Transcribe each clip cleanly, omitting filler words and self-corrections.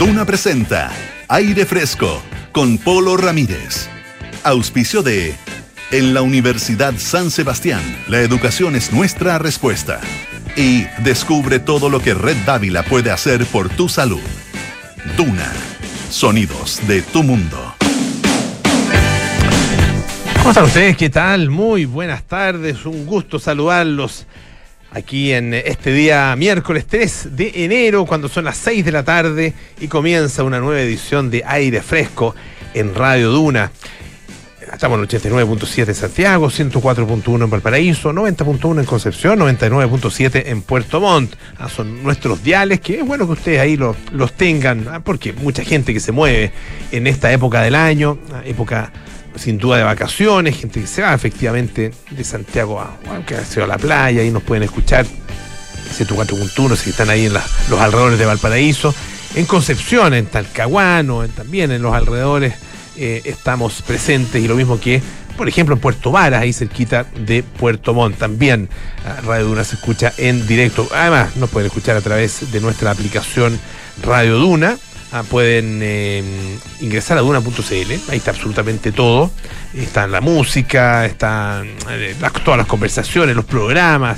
Duna presenta Aire Fresco con Polo Ramírez. Auspicio de... En la Universidad San Sebastián, la educación es nuestra respuesta. Y descubre todo lo que Red Dávila puede hacer por tu salud. Duna, sonidos de tu mundo. ¿Cómo están ustedes? ¿Qué tal? Muy buenas tardes, un gusto saludarlos aquí en este día miércoles 3 de enero, cuando son las 6 de la tarde y comienza una nueva edición de Aire Fresco en Radio Duna. Estamos en 89.7 en Santiago, 104.1 en Valparaíso, 90.1 en Concepción, 99.7 en Puerto Montt. Son nuestros diales, que es bueno que ustedes ahí los tengan, porque mucha gente que se mueve en esta época del año, época sin duda de vacaciones, gente que se va efectivamente de Santiago aunque se va a la playa, y nos pueden escuchar 104.1 si están ahí en los alrededores de Valparaíso, en Concepción, en Talcahuano, también en los alrededores estamos presentes, y lo mismo que, por ejemplo, en Puerto Varas, ahí cerquita de Puerto Montt. También Radio Duna se escucha en directo. Además, nos pueden escuchar a través de nuestra aplicación Radio Duna. Pueden ingresar a duna.cl, ahí está absolutamente todo. Está la música, están todas las conversaciones, los programas,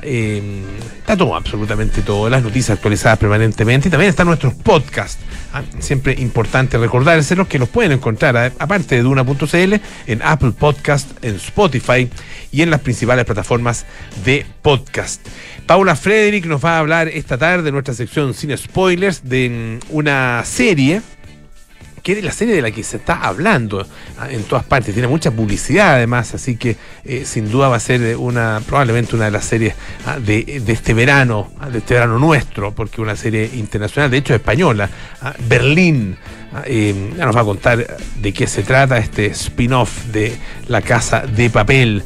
está todo, absolutamente todo, las noticias actualizadas permanentemente, y también están nuestros podcasts. Siempre importante recordárselos que los pueden encontrar, aparte de duna.cl, en Apple Podcast, en Spotify y en las principales plataformas de podcast. Paula Frederick nos va a hablar esta tarde en nuestra sección Sin Spoilers de una serie, que es la serie de la que se está hablando en todas partes. Tiene mucha publicidad además, así que sin duda va a ser probablemente una de las series de este verano nuestro, porque una serie internacional, de hecho española, Berlín. Ya nos va a contar de qué se trata este spin-off de La Casa de Papel,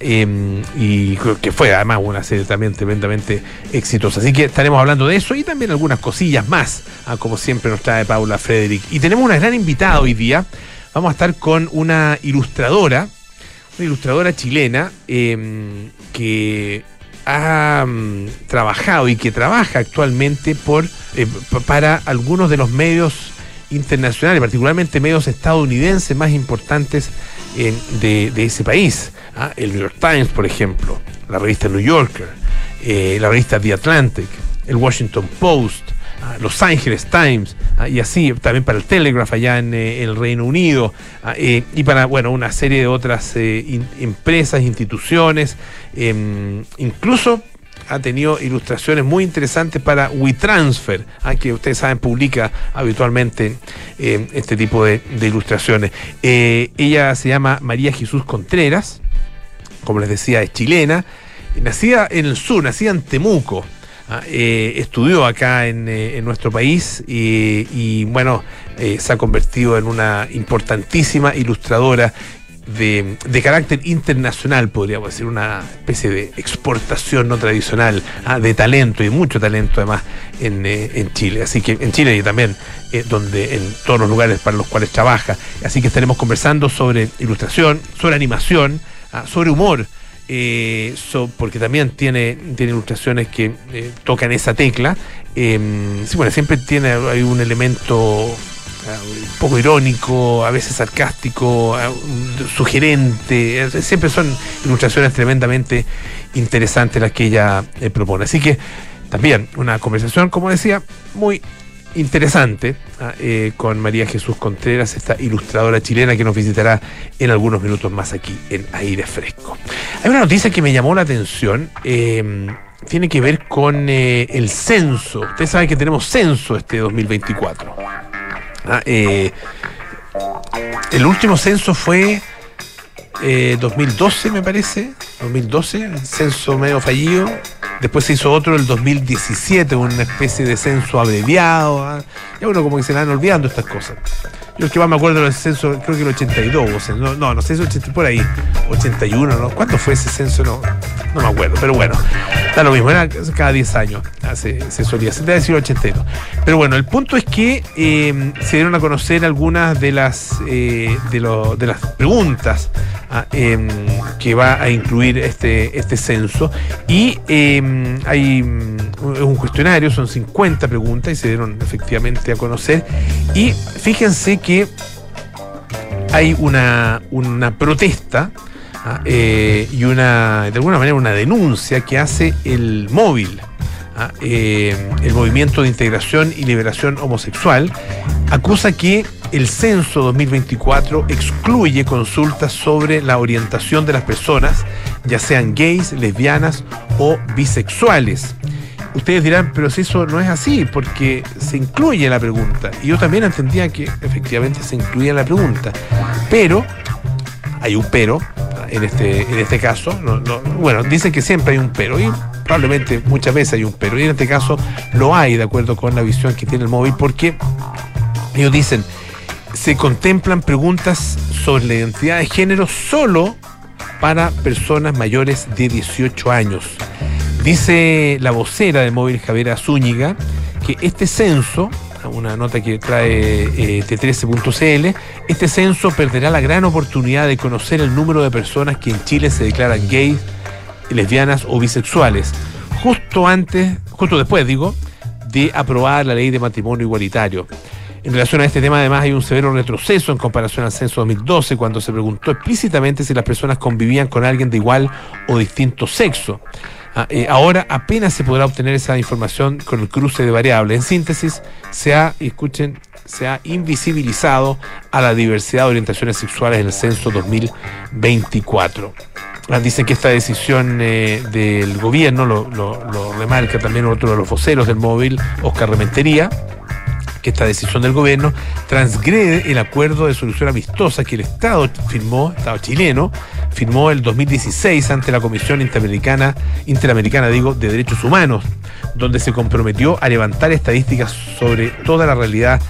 y que fue además una serie también tremendamente exitosa. Así que estaremos hablando de eso y también algunas cosillas más, como siempre nos trae Paula Frederick. Y tenemos una gran invitada hoy día. Vamos a estar con una ilustradora chilena que ha trabajado y que trabaja actualmente para algunos de los medios internacionales, particularmente medios estadounidenses más importantes de ese país. El New York Times, por ejemplo, la revista New Yorker, la revista The Atlantic, el Washington Post, Los Angeles Times, y así también para el Telegraph allá en el Reino Unido, y para una serie de otras empresas, instituciones, incluso ha tenido ilustraciones muy interesantes para WeTransfer, que ustedes saben publica habitualmente este tipo de ilustraciones. Ella se llama María Jesús Contreras, como les decía, es chilena, nacida en el sur, nacida en Temuco. Estudió acá en nuestro país y se ha convertido en una importantísima ilustradora de carácter internacional, podríamos decir, una especie de exportación no tradicional de talento, y mucho talento además en Chile. Así que en Chile y también donde en todos los lugares para los cuales trabaja. Así que estaremos conversando sobre ilustración, sobre animación, sobre humor, porque también tiene ilustraciones que tocan esa tecla. Siempre hay un elemento un poco irónico, a veces sarcástico, sugerente. Siempre son ilustraciones tremendamente interesantes las que ella propone. Así que también una conversación, como decía, muy interesante con María Jesús Contreras, esta ilustradora chilena que nos visitará en algunos minutos más aquí en Aire Fresco. Hay una noticia que me llamó la atención, tiene que ver con el censo. Ustedes saben que tenemos censo este 2024. El último censo fue 2012, me parece. 2012, el censo medio fallido. Después se hizo otro el 2017, una especie de censo abreviado. Ya uno como que se le van olvidando estas cosas. Yo el que más me acuerdo del censo, creo que el 82, no sé si 80, por ahí, 81, ¿no? ¿Cuánto fue ese censo? No me acuerdo, pero bueno. Da lo mismo, era cada 10 años, se solía hacer, debe decir 82. Pero bueno, el punto es que se dieron a conocer algunas de las preguntas que va a incluir este censo, y hay un cuestionario, son 50 preguntas y se dieron efectivamente a conocer, y fíjense que hay una protesta y de alguna manera una denuncia que hace el móvil, el Movimiento de Integración y Liberación Homosexual, acusa que el censo 2024 excluye consultas sobre la orientación de las personas, ya sean gays, lesbianas o bisexuales. Ustedes dirán, pero si eso no es así, porque se incluye en la pregunta. Y yo también entendía que efectivamente se incluía en la pregunta. Pero, hay un pero, en este caso. Bueno, dicen que siempre hay un pero, y probablemente muchas veces hay un pero. Y en este caso lo hay, de acuerdo con la visión que tiene el móvil, porque ellos dicen, se contemplan preguntas sobre la identidad de género solo para personas mayores de 18 años. Dice la vocera del móvil, Javiera Zúñiga, que este censo, una nota que trae T13.cl, este censo perderá la gran oportunidad de conocer el número de personas que en Chile se declaran gays, lesbianas o bisexuales, justo después, de aprobar la ley de matrimonio igualitario. En relación a este tema, además, hay un severo retroceso en comparación al censo 2012, cuando se preguntó explícitamente si las personas convivían con alguien de igual o distinto sexo. Ahora apenas se podrá obtener esa información con el cruce de variables. En síntesis, se ha invisibilizado a la diversidad de orientaciones sexuales en el censo 2024. Dicen que esta decisión del gobierno, lo remarca también otro de los voceros del móvil, Oscar Rementería, que esta decisión del gobierno transgrede el acuerdo de solución amistosa que el Estado chileno firmó el 2016 ante la Comisión Interamericana de Derechos Humanos, donde se comprometió a levantar estadísticas sobre toda la realidad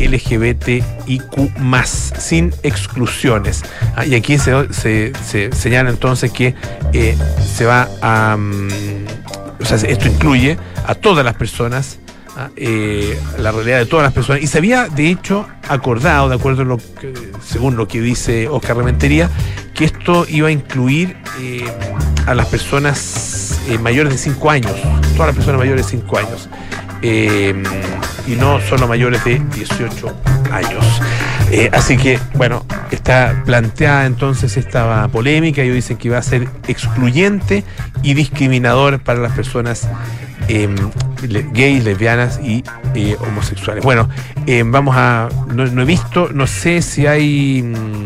LGBTIQ+, sin exclusiones. Y aquí se señala entonces que se va a... esto incluye a todas las personas, la realidad de todas las personas, y se había de hecho acordado, de acuerdo según lo que dice Oscar Rementería, que esto iba a incluir a las personas mayores de 5 años, todas las personas mayores de 5 años, y no solo mayores de 18 años. Así que, bueno, está planteada entonces esta polémica. Ellos dicen que va a ser excluyente y discriminador para las personas gays, lesbianas y homosexuales. Bueno, no he visto, no sé si hay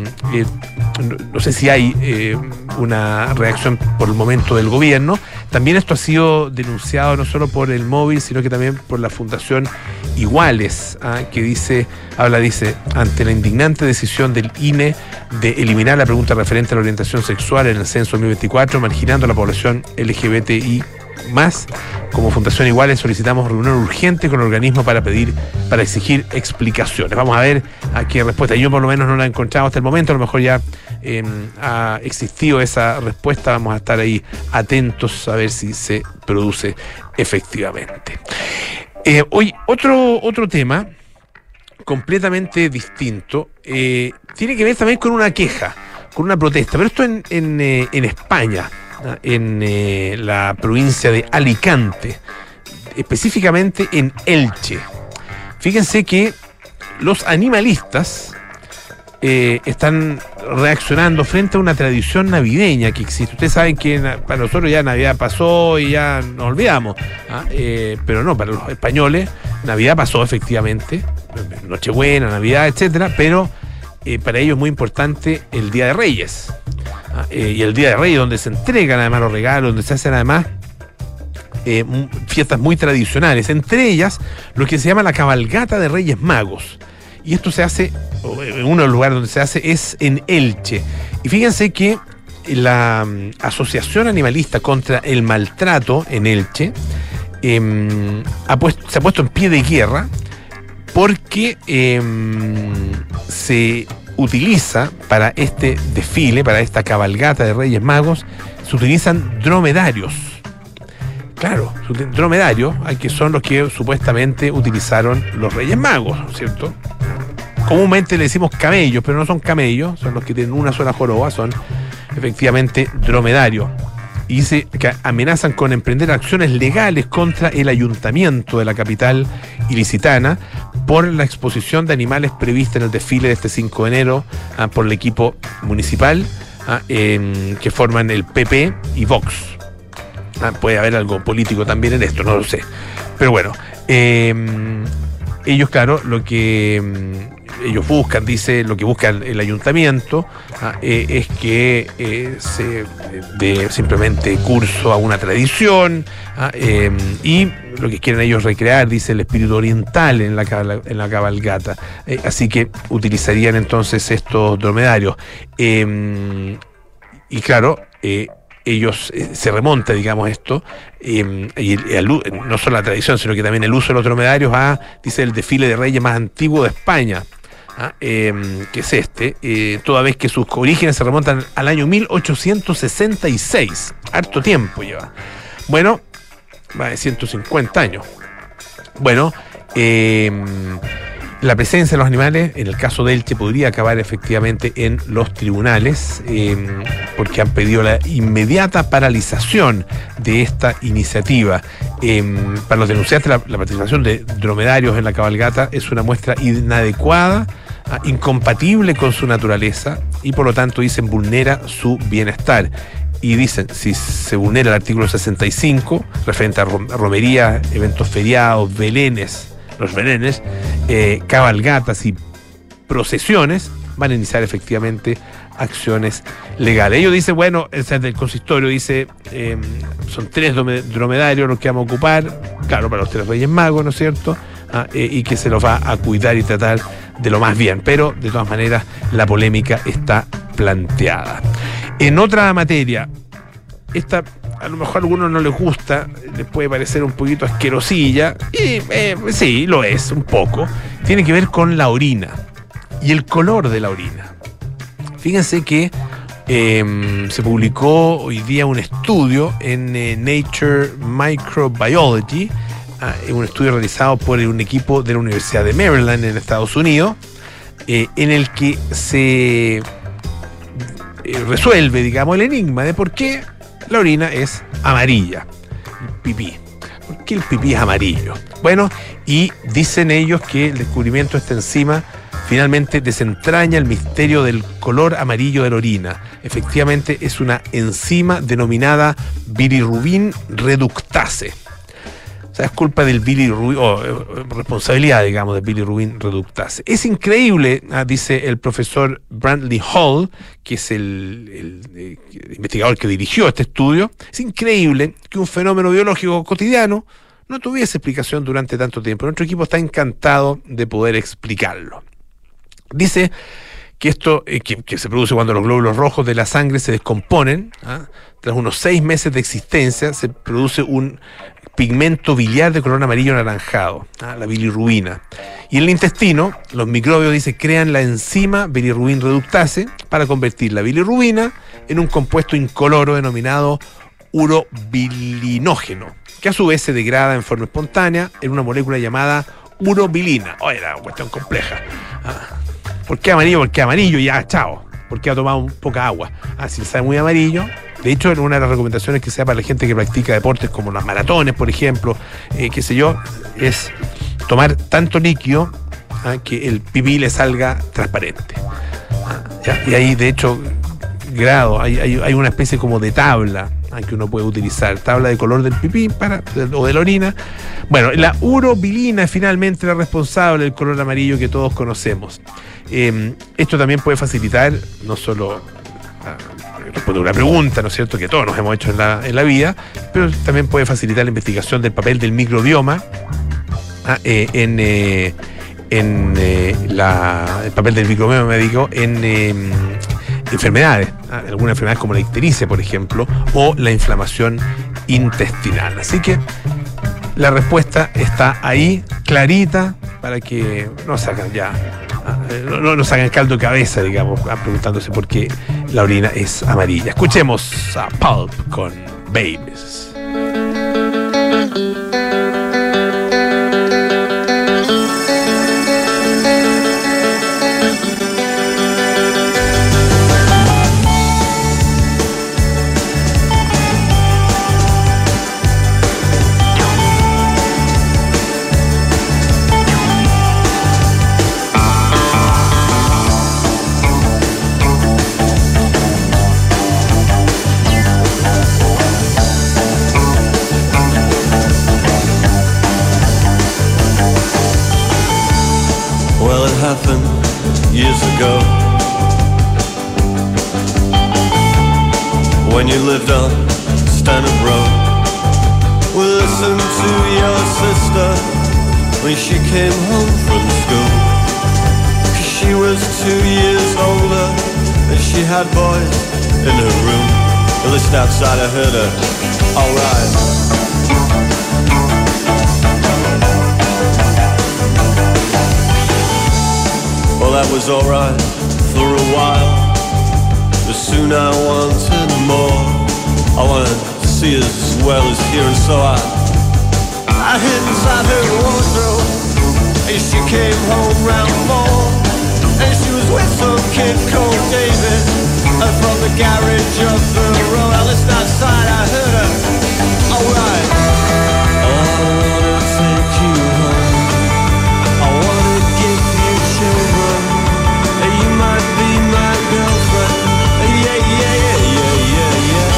una reacción por el momento del gobierno. También esto ha sido denunciado no solo por el móvil, sino que también por la Fundación Iguales, que dice, ante la indignante decisión del INE de eliminar la pregunta referente a la orientación sexual en el censo 2024, marginando a la población LGBTI+, como Fundación Iguales solicitamos reunión urgente con el organismo para exigir explicaciones. Vamos a ver a qué respuesta. Yo por lo menos no la he encontrado hasta el momento, a lo mejor ya ha existido esa respuesta. Vamos a estar ahí atentos a ver si se produce efectivamente. Hoy otro tema completamente distinto, tiene que ver también con una queja, con una protesta, pero esto en España, en la provincia de Alicante, específicamente en Elche. Fíjense que los animalistas están reaccionando frente a una tradición navideña que existe. Ustedes saben que para nosotros ya Navidad pasó y ya nos olvidamos, pero no, para los españoles Navidad pasó efectivamente, Nochebuena, Navidad, etcétera, pero para ellos es muy importante el Día de Reyes. Y el Día de Reyes, donde se entregan además los regalos, donde se hacen además fiestas muy tradicionales, entre ellas lo que se llama la cabalgata de Reyes Magos. Y esto se hace, en uno de los lugares donde se hace es en Elche. Y fíjense que la Asociación Animalista contra el Maltrato en Elche se ha puesto en pie de guerra porque se utiliza para este desfile, para esta cabalgata de Reyes Magos, se utilizan dromedarios Claro, dromedarios, que son los que supuestamente utilizaron los Reyes Magos, ¿cierto? Comúnmente le decimos camellos, pero no son camellos, son los que tienen una sola joroba, son efectivamente dromedarios. Y dice que amenazan con emprender acciones legales contra el ayuntamiento de la capital ilicitana por la exposición de animales prevista en el desfile de este 5 de enero por el equipo municipal que forman el PP y Vox. Puede haber algo político también en esto, no lo sé. Pero bueno, ellos, claro, lo que ellos buscan, dice, lo que busca el ayuntamiento es que se dé simplemente curso a una tradición y lo que quieren ellos recrear, dice, el espíritu oriental en la cabalgata. Así que utilizarían entonces estos dromedarios. Y claro, ellos se remonta, digamos, esto, y no solo la tradición, sino que también el uso de los dromedarios dice, el desfile de reyes más antiguo de España, que es toda vez que sus orígenes se remontan al año 1866. Harto tiempo lleva. Bueno, más de 150 años. Bueno, la presencia de los animales, en el caso de Elche, podría acabar efectivamente en los tribunales, porque han pedido la inmediata paralización de esta iniciativa. Para los denunciantes, la participación de dromedarios en la cabalgata es una muestra inadecuada, incompatible con su naturaleza y por lo tanto, dicen, vulnera su bienestar. Y dicen, si se vulnera el artículo 65, referente a romerías, eventos feriados, los belenes, cabalgatas y procesiones, van a iniciar efectivamente acciones legales. Ellos dicen, bueno, el consistorio dice, son 3 dromedarios los que vamos a ocupar, claro, para los 3 Reyes Magos, ¿no es cierto? Y que se los va a cuidar y tratar de lo más bien, pero de todas maneras la polémica está planteada. En otra materia, esta a lo mejor a algunos no les gusta, les puede parecer un poquito asquerosilla, y sí, lo es, un poco. Tiene que ver con la orina y el color de la orina. Fíjense que se publicó hoy día un estudio en Nature Microbiology, un estudio realizado por un equipo de la Universidad de Maryland en Estados Unidos, en el que se resuelve, digamos, el enigma de por qué la orina es amarilla, el pipí. ¿Por qué el pipí es amarillo? Bueno, y dicen ellos que el descubrimiento de esta enzima finalmente desentraña el misterio del color amarillo de la orina. Efectivamente es una enzima denominada bilirrubin reductase. O sea, es culpa del bilirrubin, o responsabilidad, digamos, del bilirrubin reductase. Es increíble, dice el profesor Brantley Hall, que es el investigador que dirigió este estudio, es increíble que un fenómeno biológico cotidiano no tuviese explicación durante tanto tiempo. Nuestro equipo está encantado de poder explicarlo. Dice que esto que se produce cuando los glóbulos rojos de la sangre se descomponen, tras unos 6 meses de existencia, se produce un pigmento biliar de color amarillo anaranjado, la bilirrubina. Y en el intestino, los microbios, dice, crean la enzima bilirrubin reductase para convertir la bilirrubina en un compuesto incoloro denominado urobilinógeno, que a su vez se degrada en forma espontánea en una molécula llamada urobilina. Era una cuestión compleja. ¿Por qué amarillo? Porque amarillo, ya, chao. Porque ha tomado poca agua. Si sabe muy amarillo. De hecho, en una de las recomendaciones que se da para la gente que practica deportes como las maratones, por ejemplo, qué sé yo, es tomar tanto líquido que el pipí le salga transparente. Y hay, de hecho, grado, hay una especie como de tabla que uno puede utilizar, tabla de color del pipí o de la orina. Bueno, la urobilina es finalmente la responsable del color amarillo que todos conocemos. Esto también puede facilitar no solo responder una pregunta, ¿no es cierto?, que todos nos hemos hecho en la vida, pero también puede facilitar la investigación del papel del microbioma el papel del microbioma médico en enfermedades, alguna enfermedad como la ictericia, por ejemplo, o la inflamación intestinal. Así que la respuesta está ahí, clarita, para que no sacan ya, no sacan caldo de cabeza, digamos, preguntándose por qué la orina es amarilla. Escuchemos a Pulp con Babies. Years ago, when you lived on Stanhope Road, we listened to your sister when she came home from school. 'Cause she was 2 years older and she had boys in her room. At least outside I heard her, alright. Well, that was alright for a while, but soon I wanted more. I wanted to see as well as hear, and so I hid inside her wardrobe, and she came home round 4, and she was with some kid called David, from the garage up the road. I listened outside, I heard her, alright. Oh, I wanna take you home, I wanna give you children, and you might be my girlfriend. Yeah, yeah, yeah, yeah, yeah, yeah.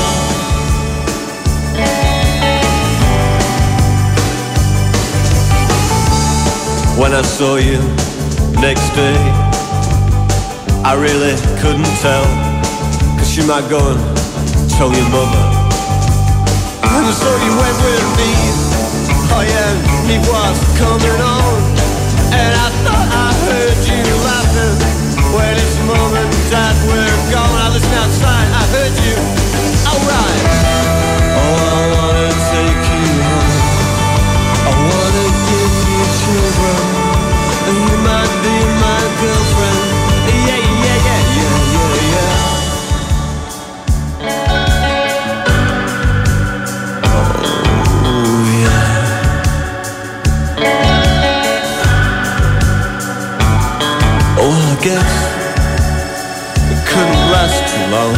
When I saw you next day, I really couldn't tell, 'cause you might go and tell your mother. And so you went with me, oh yeah, he was coming on, and I thought I heard you laughing when his mom and dad were gone. I listened outside, I heard you, alright. Oh, I wanna take you home, I wanna give you children, and you might be my girlfriend. Yeah, yeah, yeah, yeah, yeah, yeah. Oh, yeah. Oh, I guess it couldn't last too long.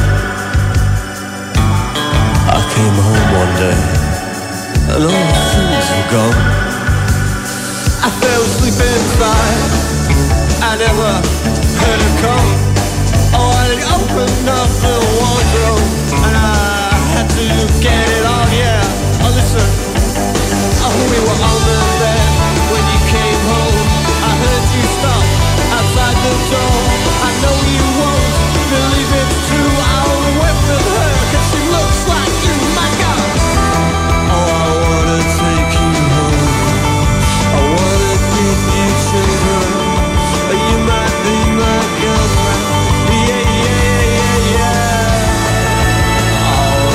I came home one day, and all the things were gone. I fell asleep inside, I never heard her come. Oh, I opened up the wardrobe, and I had to get it on, yeah. Oh, listen, oh, we were on the bed when you came home. I heard you stop outside the door. I know you won't believe it's true. I only went with her 'cause she looks like you, my God. Oh, I wanna take you home, I wanna give you children, you might be my girlfriend. Yeah, yeah, yeah, yeah. Oh.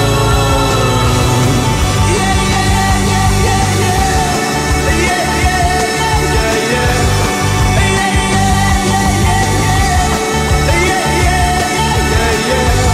Yeah, yeah, yeah, yeah, yeah. Yeah, yeah, yeah, yeah, yeah. Yeah, yeah, yeah, yeah, yeah. Yeah, yeah, yeah, yeah, yeah.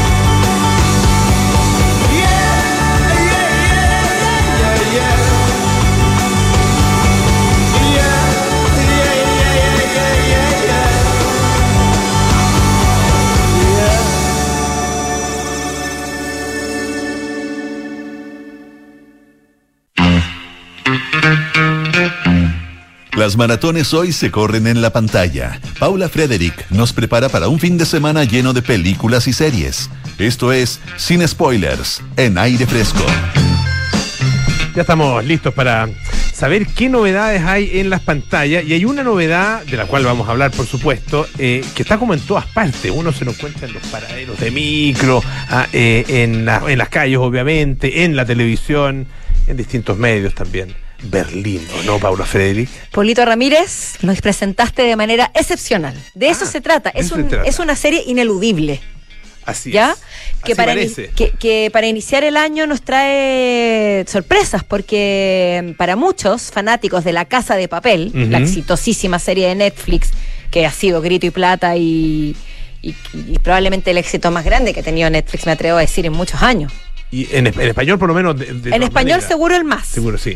Las maratones hoy se corren en la pantalla. Paula Frederick nos prepara para un fin de semana lleno de películas y series. Esto es Sin Spoilers, en Aire Fresco. Ya estamos listos para saber qué novedades hay en las pantallas, y hay una novedad de la cual vamos a hablar, por supuesto, que está como en todas partes. Uno se lo encuentra en los paraderos de micro, en las calles, obviamente, en la televisión, en distintos medios también. Berlín, ¿o no, Paula Frederick? Polito Ramírez, nos presentaste de manera excepcional. De eso se trata. Es una serie ineludible. Así ¿ya? Es. Que para iniciar el año nos trae sorpresas, porque para muchos fanáticos de La Casa de Papel, la exitosísima serie de Netflix, que ha sido grito y plata y probablemente el éxito más grande que ha tenido Netflix, me atrevo a decir, en muchos años. Y en español, por lo menos. En español, maneras. Seguro el más. Seguro, sí.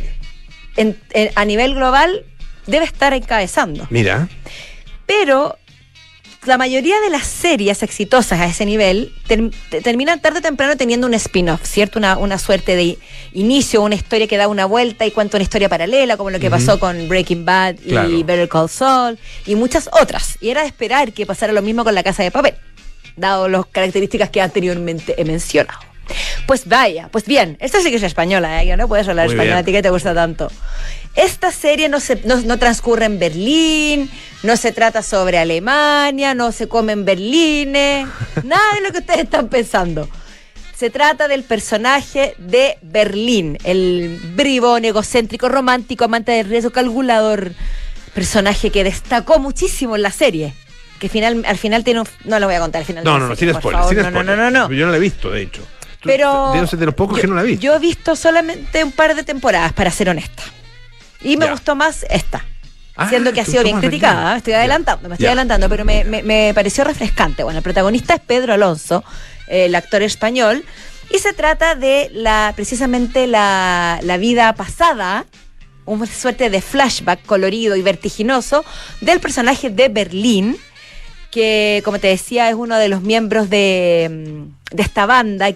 A nivel global, debe estar encabezando. Mira. Pero la mayoría de las series exitosas a ese nivel terminan tarde o temprano teniendo un spin-off, ¿cierto? Una suerte de inicio, una historia que da una vuelta y cuenta una historia paralela, como lo que pasó con Breaking Bad y Better Call Saul y muchas otras. Y era de esperar que pasara lo mismo con La Casa de Papel, dado las características que anteriormente he mencionado. Pues bien, esta sí que es española, ¿eh? No puedes hablar español, a ti que te gusta tanto. Esta serie no transcurre en Berlín, no se trata sobre Alemania, no se come en Berlín, nada de lo que ustedes están pensando. Se trata del personaje de Berlín, el bribón, egocéntrico, romántico, amante del riesgo, calculador, personaje que destacó muchísimo en la serie. Que al final tiene no lo voy a contar al final. No, sin spoiler. No. Yo no la he visto, de hecho. Pero debo ser de los pocos que no la he visto. Yo he visto solamente un par de temporadas, para ser honesta. Y me gustó más esta. Siendo que ha sido bien criticada. Me estoy adelantando, pero me pareció refrescante. Bueno, el protagonista es Pedro Alonso, el actor español, y se trata de precisamente la vida pasada, una suerte de flashback colorido y vertiginoso del personaje de Berlín, que, como te decía, es uno de los miembros de esta banda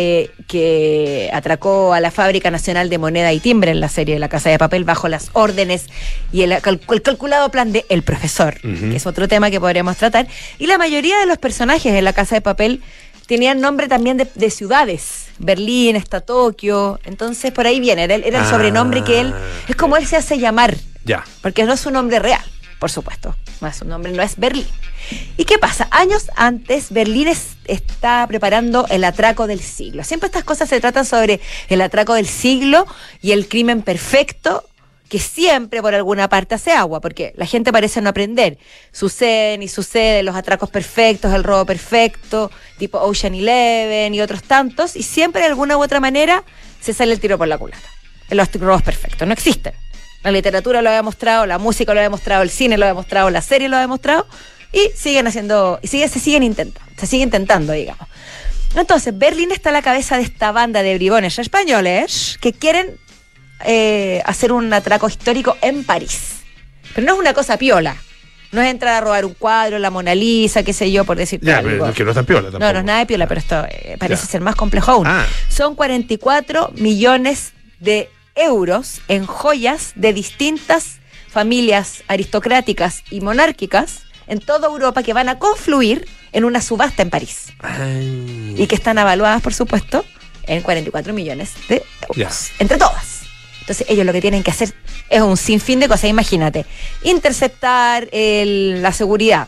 que atracó a la Fábrica Nacional de Moneda y Timbre en la serie de La Casa de Papel bajo las órdenes y el calculado plan de El Profesor, que es otro tema que podríamos tratar. Y la mayoría de los personajes en La Casa de Papel tenían nombre también de ciudades. Berlín, está Tokio. Entonces, por ahí viene. Era el sobrenombre que él... Es como él se hace llamar. Porque no es su nombre real, por supuesto. Su nombre no es Berlín. ¿Y qué pasa? Años antes, Berlín está preparando el atraco del siglo. Siempre estas cosas se tratan sobre el atraco del siglo y el crimen perfecto, que siempre por alguna parte hace agua, porque la gente parece no aprender. Suceden los atracos perfectos, el robo perfecto, tipo Ocean Eleven y otros tantos, y siempre de alguna u otra manera se sale el tiro por la culata. Los robos perfectos no existen. La literatura lo ha demostrado, la música lo ha demostrado, el cine lo ha demostrado, la serie lo ha demostrado, y se siguen intentando, digamos. Entonces, Berlín está a la cabeza de esta banda de bribones españoles que quieren hacer un atraco histórico en París. Pero no es una cosa piola. No es entrar a robar un cuadro, la Mona Lisa, qué sé yo, por decirte algo. Pero es que no es tan piola tampoco. No es nada de piola, pero esto parece ser más complejo aún. Son 44 millones de euros en joyas de distintas familias aristocráticas y monárquicas en toda Europa que van a confluir en una subasta en París. Y que están avaluadas, por supuesto, en 44 millones de euros. Entre todas. Entonces ellos lo que tienen que hacer es un sinfín de cosas. Imagínate, interceptar la seguridad,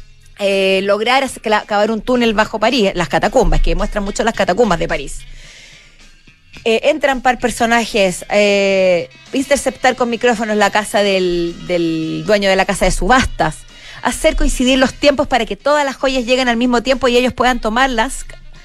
lograr cavar un túnel bajo París, las catacumbas, que muestran mucho las catacumbas de París. Entrampar personajes, interceptar con micrófonos la casa del dueño de la casa de subastas, hacer coincidir los tiempos para que todas las joyas lleguen al mismo tiempo y ellos puedan tomarlas,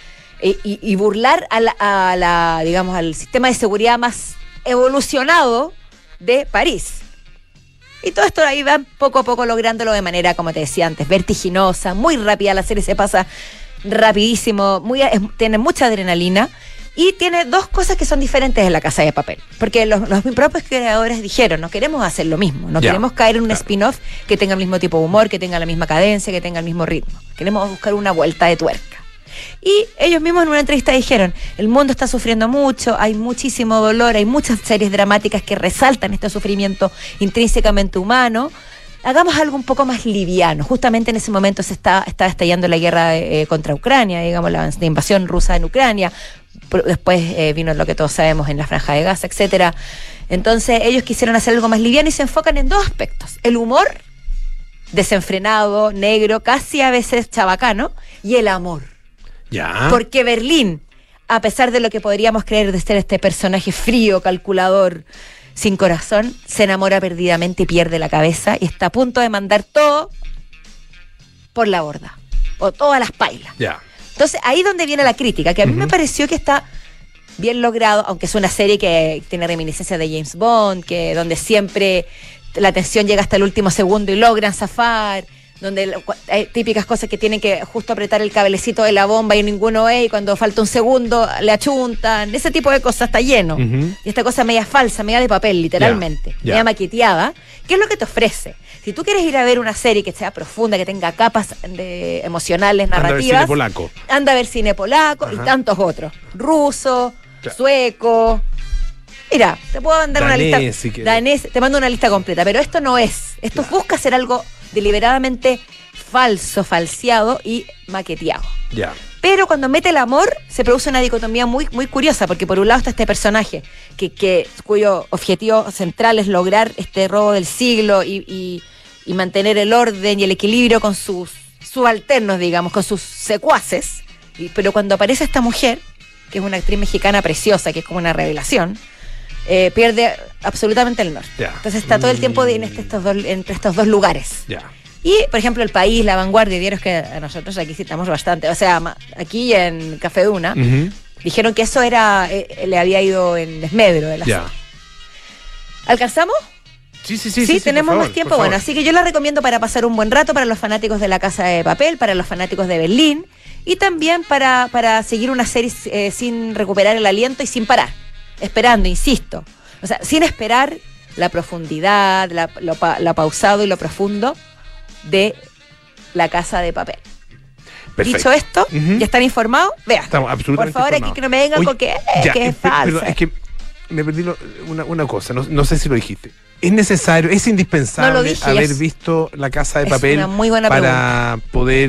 y burlar digamos, al sistema de seguridad más evolucionado de París. Y todo esto ahí van poco a poco lográndolo de manera, como te decía antes, vertiginosa, muy rápida. La serie se pasa rapidísimo, tiene mucha adrenalina. Y tiene dos cosas que son diferentes en La Casa de Papel. Porque los propios creadores dijeron, no queremos hacer lo mismo. No queremos caer en un spin-off que tenga el mismo tipo de humor, que tenga la misma cadencia, que tenga el mismo ritmo. Queremos buscar una vuelta de tuerca. Y ellos mismos en una entrevista dijeron, el mundo está sufriendo mucho, hay muchísimo dolor, hay muchas series dramáticas que resaltan este sufrimiento intrínsecamente humano. Hagamos algo un poco más liviano. Justamente en ese momento se estaba estallando la guerra contra Ucrania, digamos, la invasión rusa en Ucrania. Después vino lo que todos sabemos en la Franja de Gaza, etcétera. Entonces ellos quisieron hacer algo más liviano y se enfocan en dos aspectos: el humor desenfrenado, negro, casi a veces chabacano, y el amor. Porque Berlín, a pesar de lo que podríamos creer de ser este personaje frío, calculador, sin corazón, se enamora perdidamente y pierde la cabeza y está a punto de mandar todo por la borda, o todas las pailas. Entonces, ahí donde viene la crítica, que a mí me pareció que está bien logrado, aunque es una serie que tiene reminiscencias de James Bond, donde siempre la tensión llega hasta el último segundo y logran zafar. donde hay típicas cosas que tienen que justo apretar el cablecito de la bomba y ninguno es, y cuando falta un segundo le achuntan, ese tipo de cosas está lleno. Y esta cosa media falsa, media de papel, literalmente, media maqueteada, ¿qué es lo que te ofrece? Si tú quieres ir a ver una serie que sea profunda, que tenga capas emocionales, narrativas, anda a ver cine polaco y tantos otros, ruso, sueco. Mira, te puedo mandar una lista. Danés, te mando una lista completa, pero esto no es. Esto busca ser algo deliberadamente falso, falseado y maqueteado. Pero cuando mete el amor, se produce una dicotomía muy, muy curiosa, porque por un lado está este personaje cuyo objetivo central es lograr este robo del siglo y mantener el orden y el equilibrio con sus subalternos, digamos, con sus secuaces. Pero cuando aparece esta mujer, que es una actriz mexicana preciosa, que es como una revelación, pierde absolutamente el norte. Entonces está todo el tiempo entre estos dos lugares. Y, por ejemplo, El País, La Vanguardia, diarios que nosotros aquí citamos bastante, o sea, aquí en Café Duna, dijeron que eso le había ido en desmedro de la serie. ¿Alcanzamos? Sí, tenemos más tiempo. Bueno, así que yo la recomiendo para pasar un buen rato para los fanáticos de La Casa de Papel, para los fanáticos de Berlín, y también para seguir una serie sin recuperar el aliento y sin parar. Esperando, insisto. O sea, sin esperar la profundidad, lo pausado y lo profundo de La Casa de Papel. Perfecto. Dicho esto, ¿ya están informados? Vean. Estamos absolutamente por favor, informados. Aquí que no me vengan con que es falsa. Pero es que me perdí una cosa, no sé si lo dijiste. ¿Es necesario, es indispensable haber visto La Casa de Papel para poder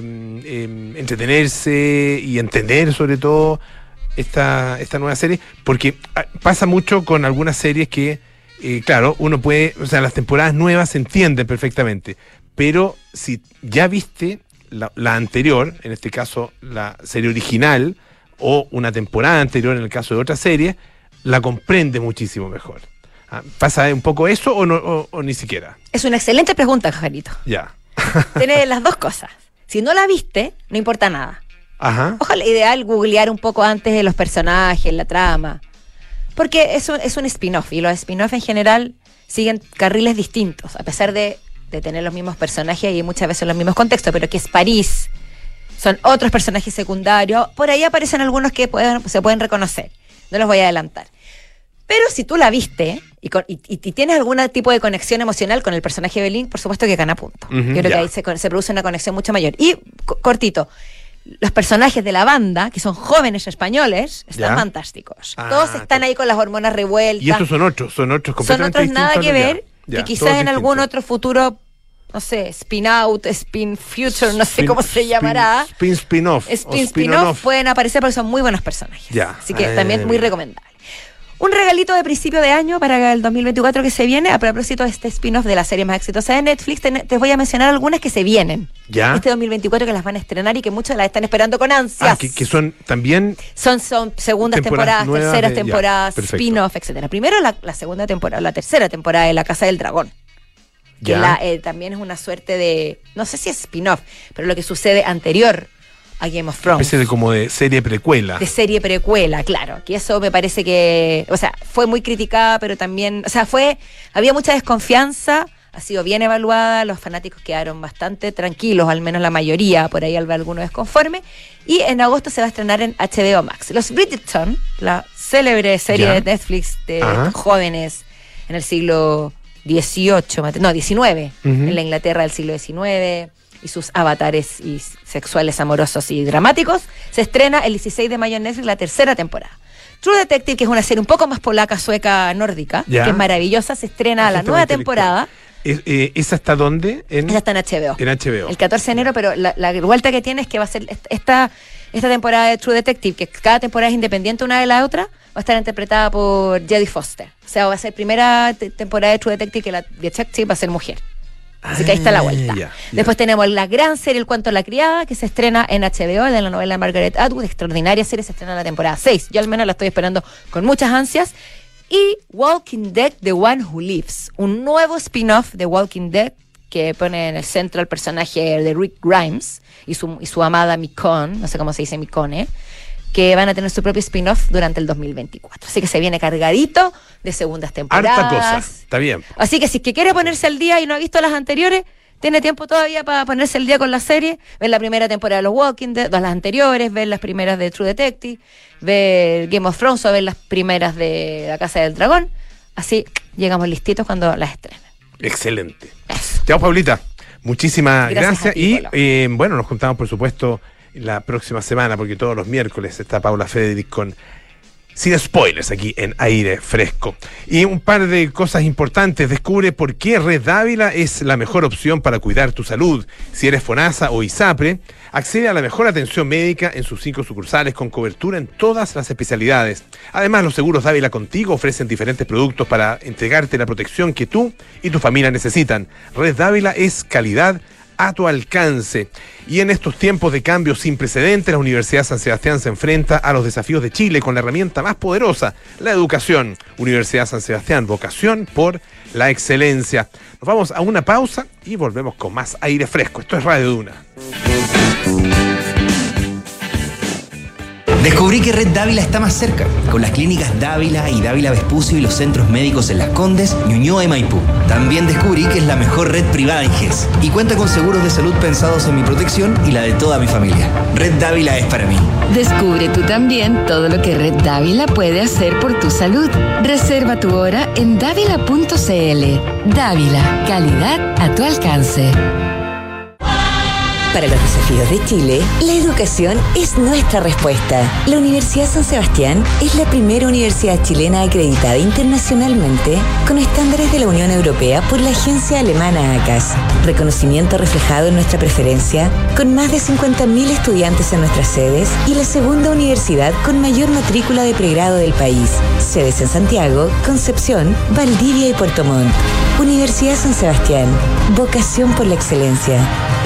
entretenerse y entender sobre todo esta nueva serie? Porque pasa mucho con algunas series que, claro, uno puede, o sea, las temporadas nuevas se entienden perfectamente, pero si ya viste la anterior, en este caso la serie original, o una temporada anterior en el caso de otra serie, la comprende muchísimo mejor. ¿Pasa un poco eso o ni siquiera? Es una excelente pregunta, Jarito. Tiene las dos cosas. Si no la viste, no importa nada. Ojalá, ideal googlear un poco antes de los personajes, la trama. Porque es un spin-off, y los spin-off en general siguen carriles distintos, a pesar de tener los mismos personajes y muchas veces los mismos contextos, pero que es París, son otros personajes secundarios, por ahí aparecen algunos que se pueden reconocer. No los voy a adelantar. Pero si tú la viste y tienes algún tipo de conexión emocional con el personaje de Berlín, por supuesto que gana punto. Yo creo que ahí se produce una conexión mucho mayor. Y, cortito, los personajes de la banda, que son jóvenes españoles, están fantásticos. Todos están ahí con las hormonas revueltas. Y estos son otros completamente distintos. Nada que ver, que quizás en algún otro futuro, no sé, spin-out, spin-future, no sé cómo se llamará. Spin-off. Spin-off pueden aparecer porque son muy buenos personajes. Así que también muy recomendable. Un regalito de principio de año para el 2024 que se viene, a propósito de este spin-off de la serie más exitosa de Netflix, te voy a mencionar algunas que se vienen. Este 2024 que las van a estrenar y que muchos las están esperando con ansias. Que son también... Son segundas temporadas, terceras temporadas, spin-off, etcétera. Primero la segunda temporada, la tercera temporada de La Casa del Dragón. Que también es una suerte de, no sé si es spin-off, pero lo que sucede anterior a Game of Thrones. Especie de como de serie precuela. De serie precuela, claro. Que eso me parece que, o sea, fue muy criticada, pero también, o sea, había mucha desconfianza, ha sido bien evaluada, los fanáticos quedaron bastante tranquilos, al menos la mayoría, por ahí algunos desconformes, y en agosto se va a estrenar en HBO Max. Los Bridgerton, la célebre serie de Netflix de jóvenes en el siglo XIX, en la Inglaterra del siglo XIX, y sus avatares y sexuales, amorosos y dramáticos, se estrena el 16 de mayo en Netflix la tercera temporada. True Detective, que es una serie un poco más polaca, sueca, nórdica, que es maravillosa, se estrena la nueva temporada. ¿Esa está dónde? Esa está en HBO. En HBO. El 14 de enero, pero la vuelta que tiene es que va a ser esta temporada de True Detective, que cada temporada es independiente una de la otra, va a estar interpretada por Jodie Foster. O sea, va a ser primera temporada de True Detective que la Detective va a ser mujer. Así que ahí está la vuelta. Después tenemos la gran serie El Cuento de la Criada, que se estrena en HBO, de la novela de Margaret Atwood. Extraordinaria serie, se estrena en la temporada 6. Yo al menos la estoy esperando con muchas ansias. Y Walking Dead, The One Who Lives, un nuevo spin-off de Walking Dead que pone en el centro al personaje de Rick Grimes y su amada Micone, no sé cómo se dice Micone, que van a tener su propio spin-off durante el 2024. Así que se viene cargadito de segundas temporadas. Harta cosa, está bien. Así que si es que quiere ponerse al día y no ha visto las anteriores, tiene tiempo todavía para ponerse el día con la serie, ver la primera temporada de los Walking Dead, las anteriores, ver las primeras de True Detective, ver Game of Thrones o ver las primeras de La Casa del Dragón. Así llegamos listitos cuando las estrenen. Excelente. Chao, Paulita. Muchísimas gracias. Ti, y bueno, nos juntamos, por supuesto, la próxima semana, porque todos los miércoles está Paula Frederick con Sin Spoilers aquí en Aire Fresco. Y un par de cosas importantes. Descubre por qué Red Dávila es la mejor opción para cuidar tu salud. Si eres FONASA o ISAPRE, accede a la mejor atención médica en sus 5 sucursales con cobertura en todas las especialidades. Además, los seguros Dávila Contigo ofrecen diferentes productos para entregarte la protección que tú y tu familia necesitan. Red Dávila es calidad a tu alcance. Y en estos tiempos de cambio sin precedentes, la Universidad San Sebastián se enfrenta a los desafíos de Chile con la herramienta más poderosa, la educación. Universidad San Sebastián, vocación por la excelencia. Nos vamos a una pausa y volvemos con más Aire Fresco. Esto es Radio Duna. Descubrí que Red Dávila está más cerca, con las clínicas Dávila y Dávila Vespucio y los centros médicos en Las Condes, Ñuñoa y Maipú. También descubrí que es la mejor red privada en GES y cuenta con seguros de salud pensados en mi protección y la de toda mi familia. Red Dávila es para mí. Descubre tú también todo lo que Red Dávila puede hacer por tu salud. Reserva tu hora en dávila.cl. Dávila, calidad a tu alcance. Para los desafíos de Chile, la educación es nuestra respuesta. La Universidad San Sebastián es la primera universidad chilena acreditada internacionalmente con estándares de la Unión Europea por la agencia alemana ACAS. Reconocimiento reflejado en nuestra preferencia, con más de 50.000 estudiantes en nuestras sedes y la segunda universidad con mayor matrícula de pregrado del país. Sedes en Santiago, Concepción, Valdivia y Puerto Montt. Universidad San Sebastián. Vocación por la excelencia.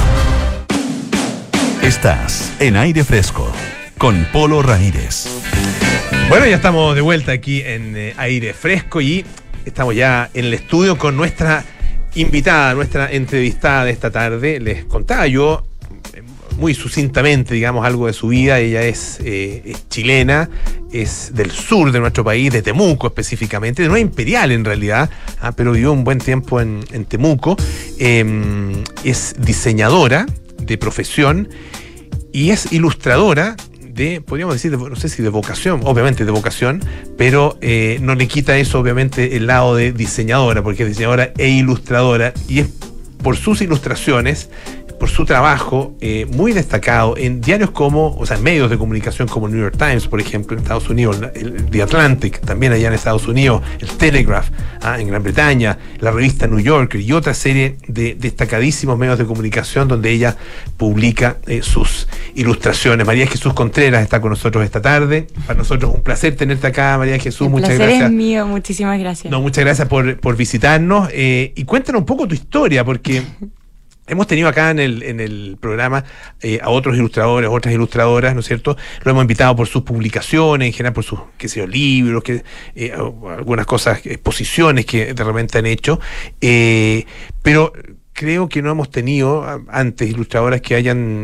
Estás en Aire Fresco con Polo Ramírez. Bueno, ya estamos de vuelta aquí en Aire Fresco y estamos ya en el estudio con nuestra invitada, nuestra entrevistada de esta tarde. Les contaba yo muy sucintamente, digamos, algo de su vida. Ella es chilena, es del sur de nuestro país, de Temuco específicamente, de Nueva Imperial en realidad, pero vivió un buen tiempo en Temuco. Es diseñadora de profesión y es ilustradora de, podríamos decir, no sé si de vocación, obviamente de vocación, pero no le quita eso obviamente el lado de diseñadora, porque es diseñadora e ilustradora, y es por sus ilustraciones, por su trabajo muy destacado en diarios como, o sea, en medios de comunicación como el New York Times, por ejemplo, en Estados Unidos, el The Atlantic, también allá en Estados Unidos, el Telegraph, en Gran Bretaña, la revista New Yorker y otra serie de destacadísimos medios de comunicación donde ella publica sus ilustraciones. María Jesús Contreras está con nosotros esta tarde. Para nosotros un placer tenerte acá, María Jesús. Muchas gracias. El placer es mío, muchísimas gracias. No, muchas gracias por visitarnos y cuéntanos un poco tu historia, porque hemos tenido acá en el programa a otros ilustradores, otras ilustradoras, ¿no es cierto? Lo hemos invitado por sus publicaciones, en general por sus, qué sé yo, libros, algunas cosas, exposiciones que de repente han hecho, pero creo que no hemos tenido antes ilustradoras que hayan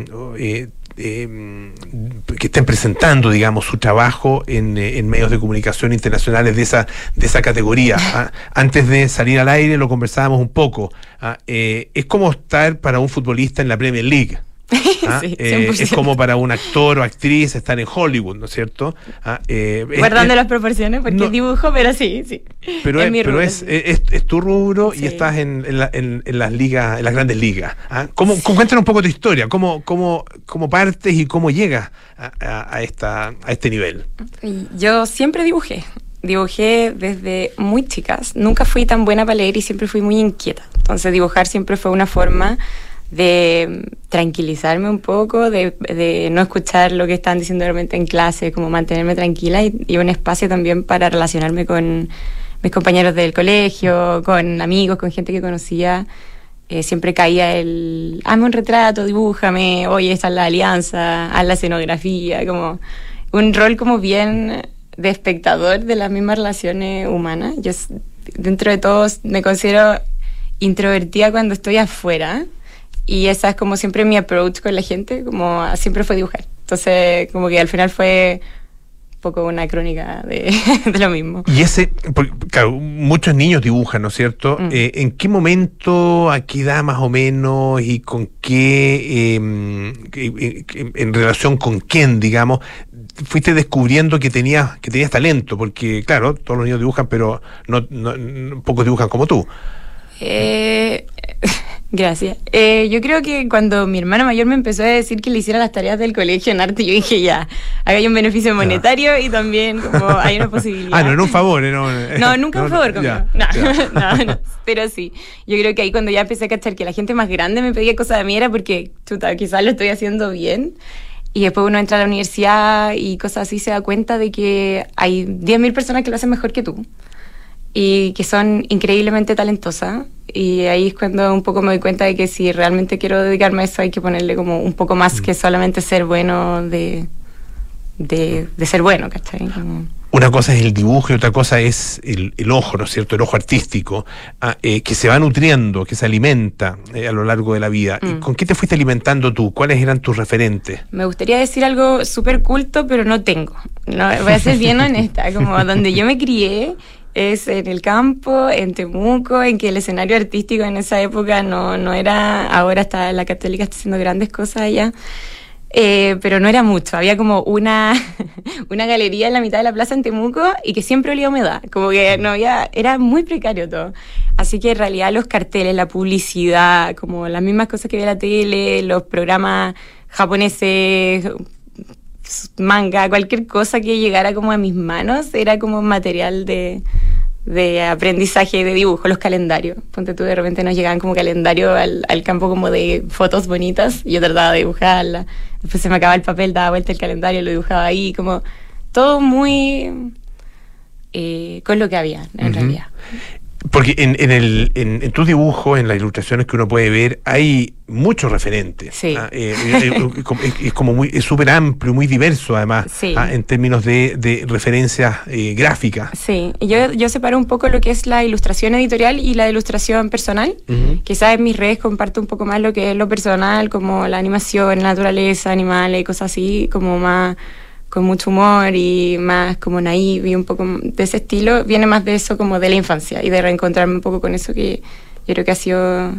que estén presentando, digamos, su trabajo en medios de comunicación internacionales de esa categoría. Antes de salir al aire lo conversábamos un poco. Es como estar para un futbolista en la Premier League. Sí, es como para un actor o actriz estar en Hollywood, ¿no es cierto? Guardando las proporciones, porque no, dibujo, pero sí. Pero es tu rubro, sí. Y estás en las ligas, en las grandes ligas. Cuéntanos un poco tu historia, cómo partes y cómo llegas a este nivel. Yo siempre dibujé desde muy chicas. Nunca fui tan buena para leer y siempre fui muy inquieta. Entonces dibujar siempre fue una forma de tranquilizarme un poco, de no escuchar lo que estaban diciendo realmente en clase, como mantenerme tranquila y un espacio también para relacionarme con mis compañeros del colegio, con amigos, con gente que conocía. Siempre caía hazme un retrato, dibújame, oye, esta es la alianza, haz la escenografía, como un rol como bien de espectador de las mismas relaciones humanas. Yo dentro de todo me considero introvertida cuando estoy afuera. Y esa es como siempre mi approach con la gente, como siempre fue dibujar. Entonces, como que al final fue poco una crónica de lo mismo. Y porque, claro, muchos niños dibujan, ¿no es cierto? ¿En qué momento, a qué edad más o menos, y con qué, en relación con quién, digamos, fuiste descubriendo que tenías talento? Porque, claro, todos los niños dibujan, pero no pocos dibujan como tú. Gracias. Yo creo que cuando mi hermana mayor me empezó a decir que le hiciera las tareas del colegio en arte, yo dije ya, acá hay un beneficio monetario y también como hay una posibilidad. No era un favor, No, nunca un favor conmigo. No, pero sí. Yo creo que ahí cuando ya empecé a cachar que la gente más grande me pedía cosas de mí era porque, chuta, quizás lo estoy haciendo bien. Y después uno entra a la universidad y cosas así, se da cuenta de que hay 10.000 personas que lo hacen mejor que tú y que son increíblemente talentosas, y ahí es cuando un poco me doy cuenta de que si realmente quiero dedicarme a eso hay que ponerle como un poco más que solamente ser bueno de ser bueno, ¿cachai? Una cosa es el dibujo y otra cosa es el ojo, ¿no es cierto? El ojo artístico, que se va nutriendo, que se alimenta a lo largo de la vida. ¿Con qué te fuiste alimentando tú? ¿Cuáles eran tus referentes? Me gustaría decir algo súper culto, pero no tengo. No, voy a ser bien honesta, como donde yo me crié es en el campo, en Temuco, en que el escenario artístico en esa época no era, ahora está la Católica, está haciendo grandes cosas allá, pero no era mucho, había como una galería en la mitad de la plaza en Temuco y que siempre olía a humedad, como que no había, era muy precario todo, así que en realidad los carteles, la publicidad, como las mismas cosas que veía la tele, los programas japoneses, manga, cualquier cosa que llegara como a mis manos era como material de aprendizaje de dibujo, los calendarios. Ponte tú, de repente nos llegaban como calendarios al campo como de fotos bonitas, y yo trataba de dibujarla, después se me acababa el papel, daba vuelta el calendario, lo dibujaba ahí, como todo muy con lo que había en realidad. Porque en tus dibujos, en las ilustraciones que uno puede ver, hay muchos referentes. Sí. Es como muy, es súper amplio, muy diverso además, sí. En términos de referencias gráficas. Sí, y yo separo un poco lo que es la ilustración editorial y la ilustración personal. Quizás en mis redes comparto un poco más lo que es lo personal, como la animación, la naturaleza, animales y cosas así, como más con mucho humor y más como naive y un poco de ese estilo. Viene más de eso, como de la infancia, y de reencontrarme un poco con eso, que yo creo que ha sido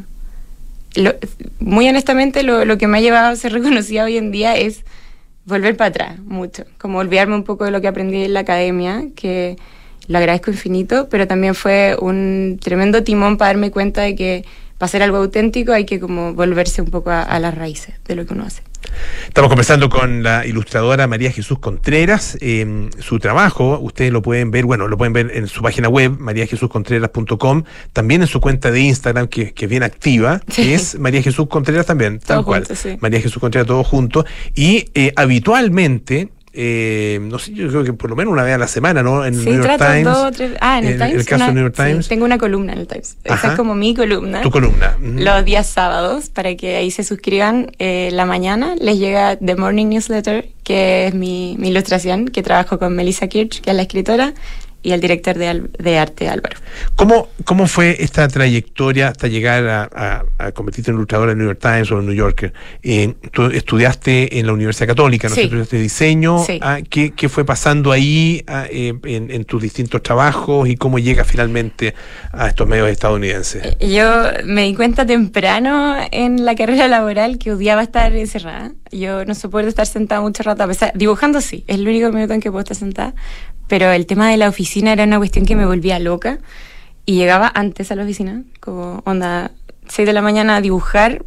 muy honestamente lo que me ha llevado a ser reconocida hoy en día, es volver para atrás mucho, como olvidarme un poco de lo que aprendí en la academia, que lo agradezco infinito, pero también fue un tremendo timón para darme cuenta de que para hacer algo auténtico hay que como volverse un poco a las raíces de lo que uno hace. Estamos conversando con la ilustradora María Jesús Contreras. Su trabajo, ustedes lo pueden ver, lo pueden ver en su página web, mariajesuscontreras.com, también en su cuenta de Instagram, que es bien activa, que es María Jesús Contreras también, tal cual. Sí. María Jesús Contreras, todo junto. Y habitualmente, no sé, yo creo que por lo menos una vez a la semana, ¿no? En el New York Times. En el Times. El caso del New York Times. Sí, tengo una columna en el Times. Ajá. Esa es como mi columna. Tu columna. Los días sábados, para que ahí se suscriban. La mañana les llega The Morning Newsletter, que es mi ilustración, que trabajo con Melissa Kirch, que es la escritora, y el director de arte, Álvaro. ¿Cómo fue esta trayectoria hasta llegar a convertirte en ilustradora en el New York Times o en New Yorker? Tú estudiaste en la Universidad Católica, ¿no? Sí. Estudiaste diseño. Sí. ¿Qué fue pasando ahí en tus distintos trabajos y cómo llegas finalmente a estos medios estadounidenses? Yo me di cuenta temprano en la carrera laboral que odiaba estar encerrada. Yo no soporto estar sentada mucho rato, a pesar, dibujando sí, es el único minuto en que puedo estar sentada, pero el tema de la oficina era una cuestión que me volvía loca, y llegaba antes a la oficina, como 6 de la mañana a dibujar,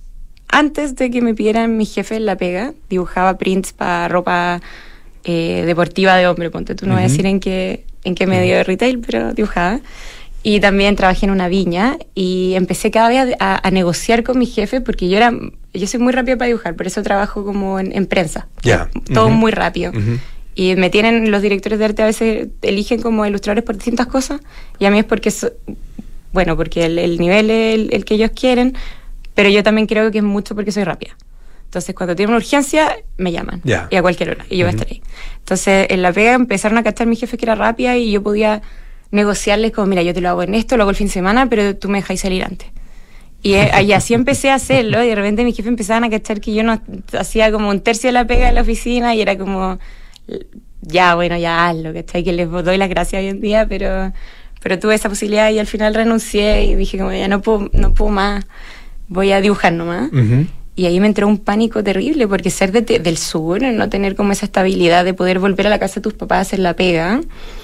antes de que me pidieran mi jefe la pega. Dibujaba prints para ropa deportiva de hombre, ponte tú, no voy a decir en qué medio de retail, pero dibujaba. Y también trabajé en una viña y empecé cada vez a negociar con mi jefe, porque yo soy muy rápida para dibujar, por eso trabajo como en prensa. Ya. Todo muy rápido. Y me tienen, los directores de arte a veces eligen como ilustradores por distintas cosas, y a mí es porque porque el nivel es el que ellos quieren, pero yo también creo que es mucho porque soy rápida. Entonces, cuando tienen una urgencia, me llaman. Yeah. Y a cualquier hora, y yo voy a estar ahí. Entonces, en la pega empezaron a cachar mis jefes que era rápida, y yo podía negociarles como, mira, yo te lo hago en esto, lo hago el fin de semana, pero tú me dejáis salir antes. Y así empecé a hacerlo, y de repente mis jefes empezaban a cachar que yo no hacía como un tercio de la pega en la oficina, y era como ya, bueno, ya hazlo, ¿cachai? Que les doy las gracias hoy en día, pero tuve esa posibilidad y al final renuncié y dije como ya no puedo más, voy a dibujar nomás. Y ahí me entró un pánico terrible porque ser del sur, no tener como esa estabilidad de poder volver a la casa de tus papás a hacer la pega,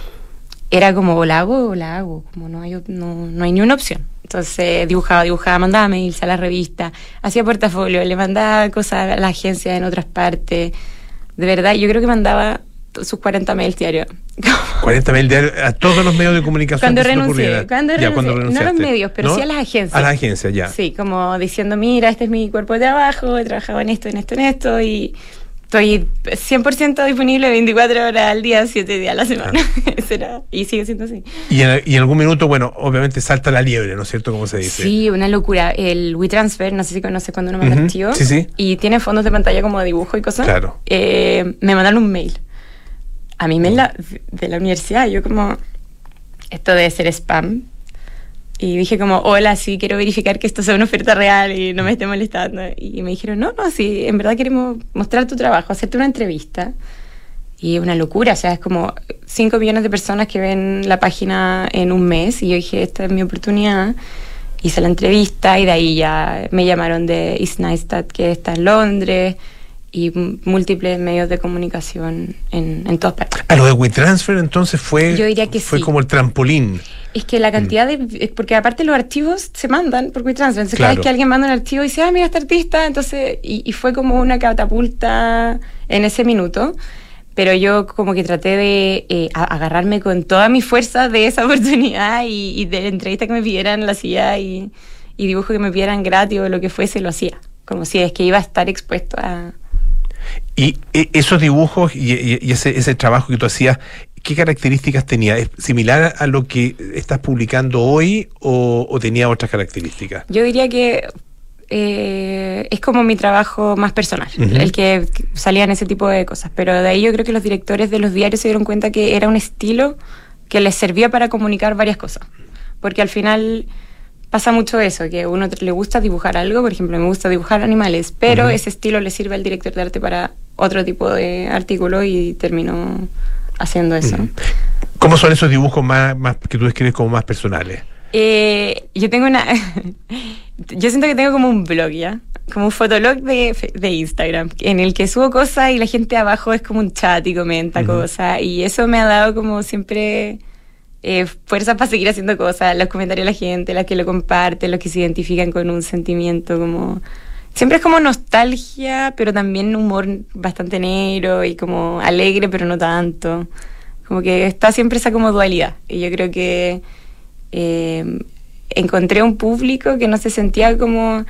era como o la hago, como no hay ni una opción. Entonces dibujaba, mandaba mails a la revista, hacía portafolio, le mandaba cosas a la agencia en otras partes. De verdad, yo creo que mandaba sus 40 mails diarios. 40 mails diarios a todos los medios de comunicación. Cuando renuncié, no a los medios, pero ¿no? Sí a las agencias. A las agencias, ya. Sí, como diciendo, mira, este es mi cuerpo de trabajo, he trabajado en esto, y estoy 100% disponible 24 horas al día, 7 días a la semana. Y sigue siendo así. Y en algún minuto, bueno, obviamente salta la liebre, ¿no es cierto? Como se dice. Sí, una locura. El WeTransfer, no sé si conoces cuando uno manda archivo. Sí. Y tiene fondos de pantalla como de dibujo y cosas. Claro. Me mandaron un mail. A mi mail de la universidad, yo como, esto debe ser spam. Y dije como, hola, sí, quiero verificar que esto sea una oferta real y no me esté molestando. Y me dijeron, no, sí, en verdad queremos mostrar tu trabajo, hacerte una entrevista. Y es una locura, o sea, es como 5 millones de personas que ven la página en un mes. Y yo dije, esta es mi oportunidad. Hice la entrevista y de ahí ya me llamaron de East Neistat, que está en Londres, y múltiples medios de comunicación en todas partes. Lo de WeTransfer entonces fue, yo diría que fue sí. Como el trampolín. Es que la cantidad de... Porque aparte los archivos se mandan por WeTransfer. Entonces claro. Cada vez que alguien manda un archivo y dice, mira, este artista, entonces... Y fue como una catapulta en ese minuto. Pero yo como que traté de agarrarme con toda mi fuerza de esa oportunidad y de la entrevista que me pidieran la hacía y dibujo que me pidieran gratis o lo que fuese lo hacía. Como si es que iba a estar expuesto a... Y esos dibujos y ese trabajo que tú hacías, ¿qué características tenía? ¿Es similar a lo que estás publicando hoy o tenía otras características? Yo diría que es como mi trabajo más personal, el que salía en ese tipo de cosas. Pero de ahí yo creo que los directores de los diarios se dieron cuenta que era un estilo que les servía para comunicar varias cosas. Porque al final... Pasa mucho eso, que a uno le gusta dibujar algo, por ejemplo, me gusta dibujar animales, pero ese estilo le sirve al director de arte para otro tipo de artículo y terminó haciendo eso. ¿Cómo son esos dibujos más que tú describes como más personales? Yo tengo yo siento que tengo como un blog, ¿ya? Como un fotolog de Instagram, en el que subo cosas y la gente abajo es como un chat y comenta cosas, y eso me ha dado como siempre... fuerzas para seguir haciendo cosas, los comentarios de la gente, las que lo comparten, los que se identifican con un sentimiento como... Siempre es como nostalgia, pero también humor bastante negro y como alegre, pero no tanto. Como que está siempre esa como dualidad. Y yo creo que encontré un público que no se sentía como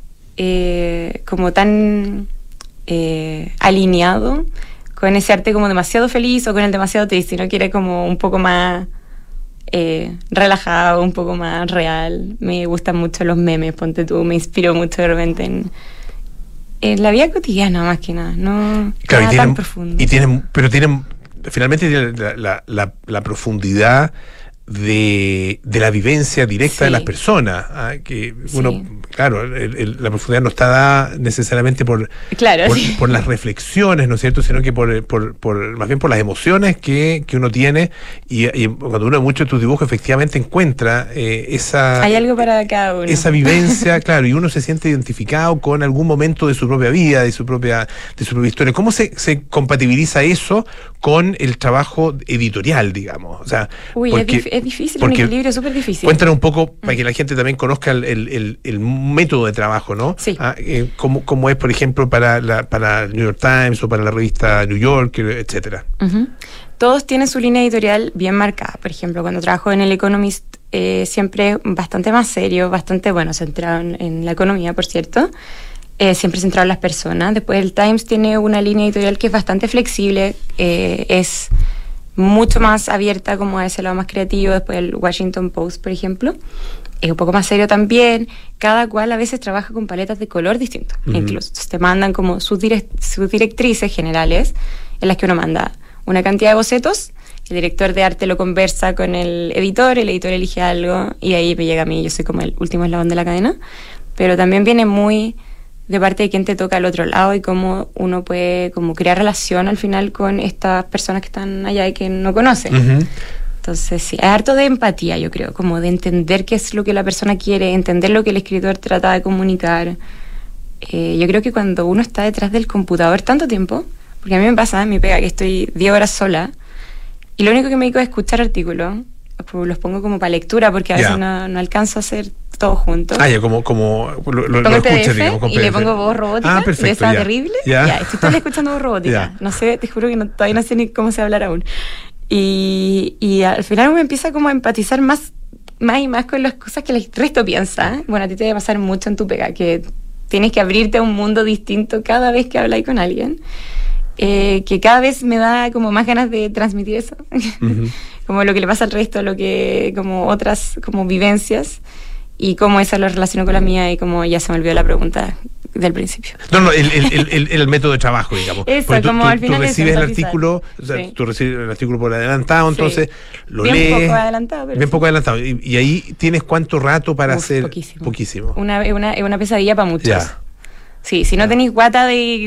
tan alineado con ese arte como demasiado feliz o con el demasiado triste, sino que era como un poco más... relajado, un poco más real. Me gustan mucho los memes, ponte tú, me inspiro mucho de repente en la vida cotidiana más que nada, no claro, nada tan profundo. Pero tienen finalmente la profundidad de la vivencia directa de las personas, que uno, claro, la profundidad no está dada necesariamente por las reflexiones, ¿no es cierto?, sino que por más bien por las emociones que uno tiene, y cuando uno ve mucho de tus dibujos efectivamente encuentra hay algo para cada uno, esa vivencia, claro, y uno se siente identificado con algún momento de su propia vida, de su propia historia. ¿Cómo se compatibiliza eso con el trabajo editorial, digamos? O sea, es difícil, un equilibrio súper difícil. Cuéntanos un poco para que la gente también conozca el método de trabajo, ¿no? Sí. Cómo es, por ejemplo, para el New York Times o para la revista New Yorker, etcétera. Todos tienen su línea editorial bien marcada. Por ejemplo, cuando trabajo en El Economist, siempre bastante más serio, bastante, centrado en la economía, por cierto. Siempre centrado en las personas. Después el Times tiene una línea editorial que es bastante flexible, es mucho más abierta como a ese lado más creativo. Después el Washington Post, por ejemplo, es un poco más serio también. Cada cual a veces trabaja con paletas de color distintas, incluso. Entonces te mandan como sus directrices generales, en las que uno manda una cantidad de bocetos, el director de arte lo conversa con el editor elige algo, y ahí me llega a mí, yo soy como el último eslabón de la cadena, pero también viene muy de parte de quien te toca al otro lado y cómo uno puede como crear relación al final con estas personas que están allá y que no conocen. Entonces, sí, hay harto de empatía, yo creo, como de entender qué es lo que la persona quiere, entender lo que el escritor trata de comunicar. Yo creo que cuando uno está detrás del computador tanto tiempo, porque a mí me pasa en mi pega que estoy 10 horas sola y lo único que me dedico es escuchar artículos, los pongo como para lectura porque a veces no alcanzo a hacer todo junto. Ya, como lo escuchas, digamos, con y le pongo voz robótica, perfecto, de esa terrible. Ya, estoy todo escuchando voz robótica. No sé, te juro que todavía no sé ni cómo se hablar aún. Y al final uno empieza como a empatizar más y más con las cosas que el resto piensa. Bueno, a ti te debe pasar mucho en tu pega, que tienes que abrirte a un mundo distinto cada vez que habláis con alguien. Que cada vez me da como más ganas de transmitir eso. Como lo que le pasa al resto, como otras como vivencias. Y cómo eso lo relaciono con la mía y cómo ya se me olvidó la pregunta del principio. No, el método de trabajo, digamos. Eso, porque como al final tú recibes el empatizar. artículo, o sea, tú recibes el artículo por adelantado, entonces lo bien lees. Poco adelantado, pero bien poco adelantado. Y ahí tienes cuánto rato para hacer. Poquísimo. Una pesadilla para muchos. Ya. Sí, si no tenéis guata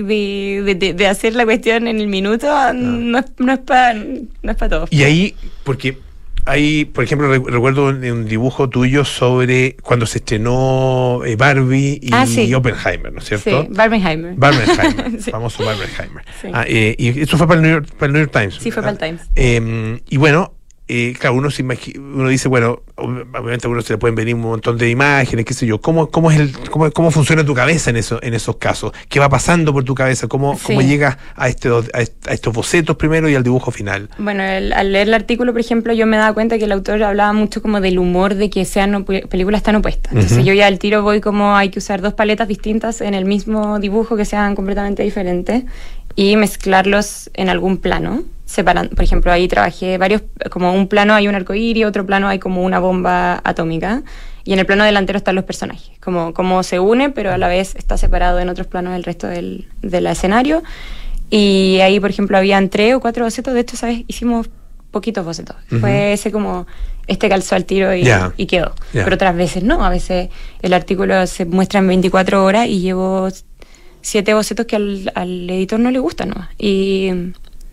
de hacer la cuestión en el minuto, no es para todos. Y ahí, porque hay, por ejemplo, recuerdo un dibujo tuyo sobre cuando se estrenó Barbie y Oppenheimer, ¿no es cierto? Sí, Barbenheimer. Sí. Famoso Barbenheimer. Sí. Y eso fue para el New York Times. Sí, fue para el Times. Y bueno, claro, uno dice, bueno, obviamente a uno se le pueden venir un montón de imágenes, qué sé yo. ¿Cómo funciona tu cabeza en esos casos? ¿Qué va pasando por tu cabeza? ¿Cómo llegas a estos bocetos primero y al dibujo final? Bueno, al leer el artículo, por ejemplo, yo me daba cuenta que el autor hablaba mucho como del humor de que sean películas tan opuestas. Entonces yo ya al tiro voy como hay que usar dos paletas distintas en el mismo dibujo que sean completamente diferentes y mezclarlos en algún plano. Separando, por ejemplo, ahí trabajé varios, como un plano hay un arcoíris, otro plano hay como una bomba atómica, y en el plano delantero están los personajes, como se une, pero a la vez está separado en otros planos el resto del escenario. Y ahí, por ejemplo, habían 3 o 4 bocetos, de hecho, ¿sabes? Hicimos poquitos bocetos. Fue ese como, calzó al tiro y quedó. Pero otras veces no, a veces el artículo se muestra en 24 horas y llevo 7 bocetos que al editor no le gustan, ¿no? Y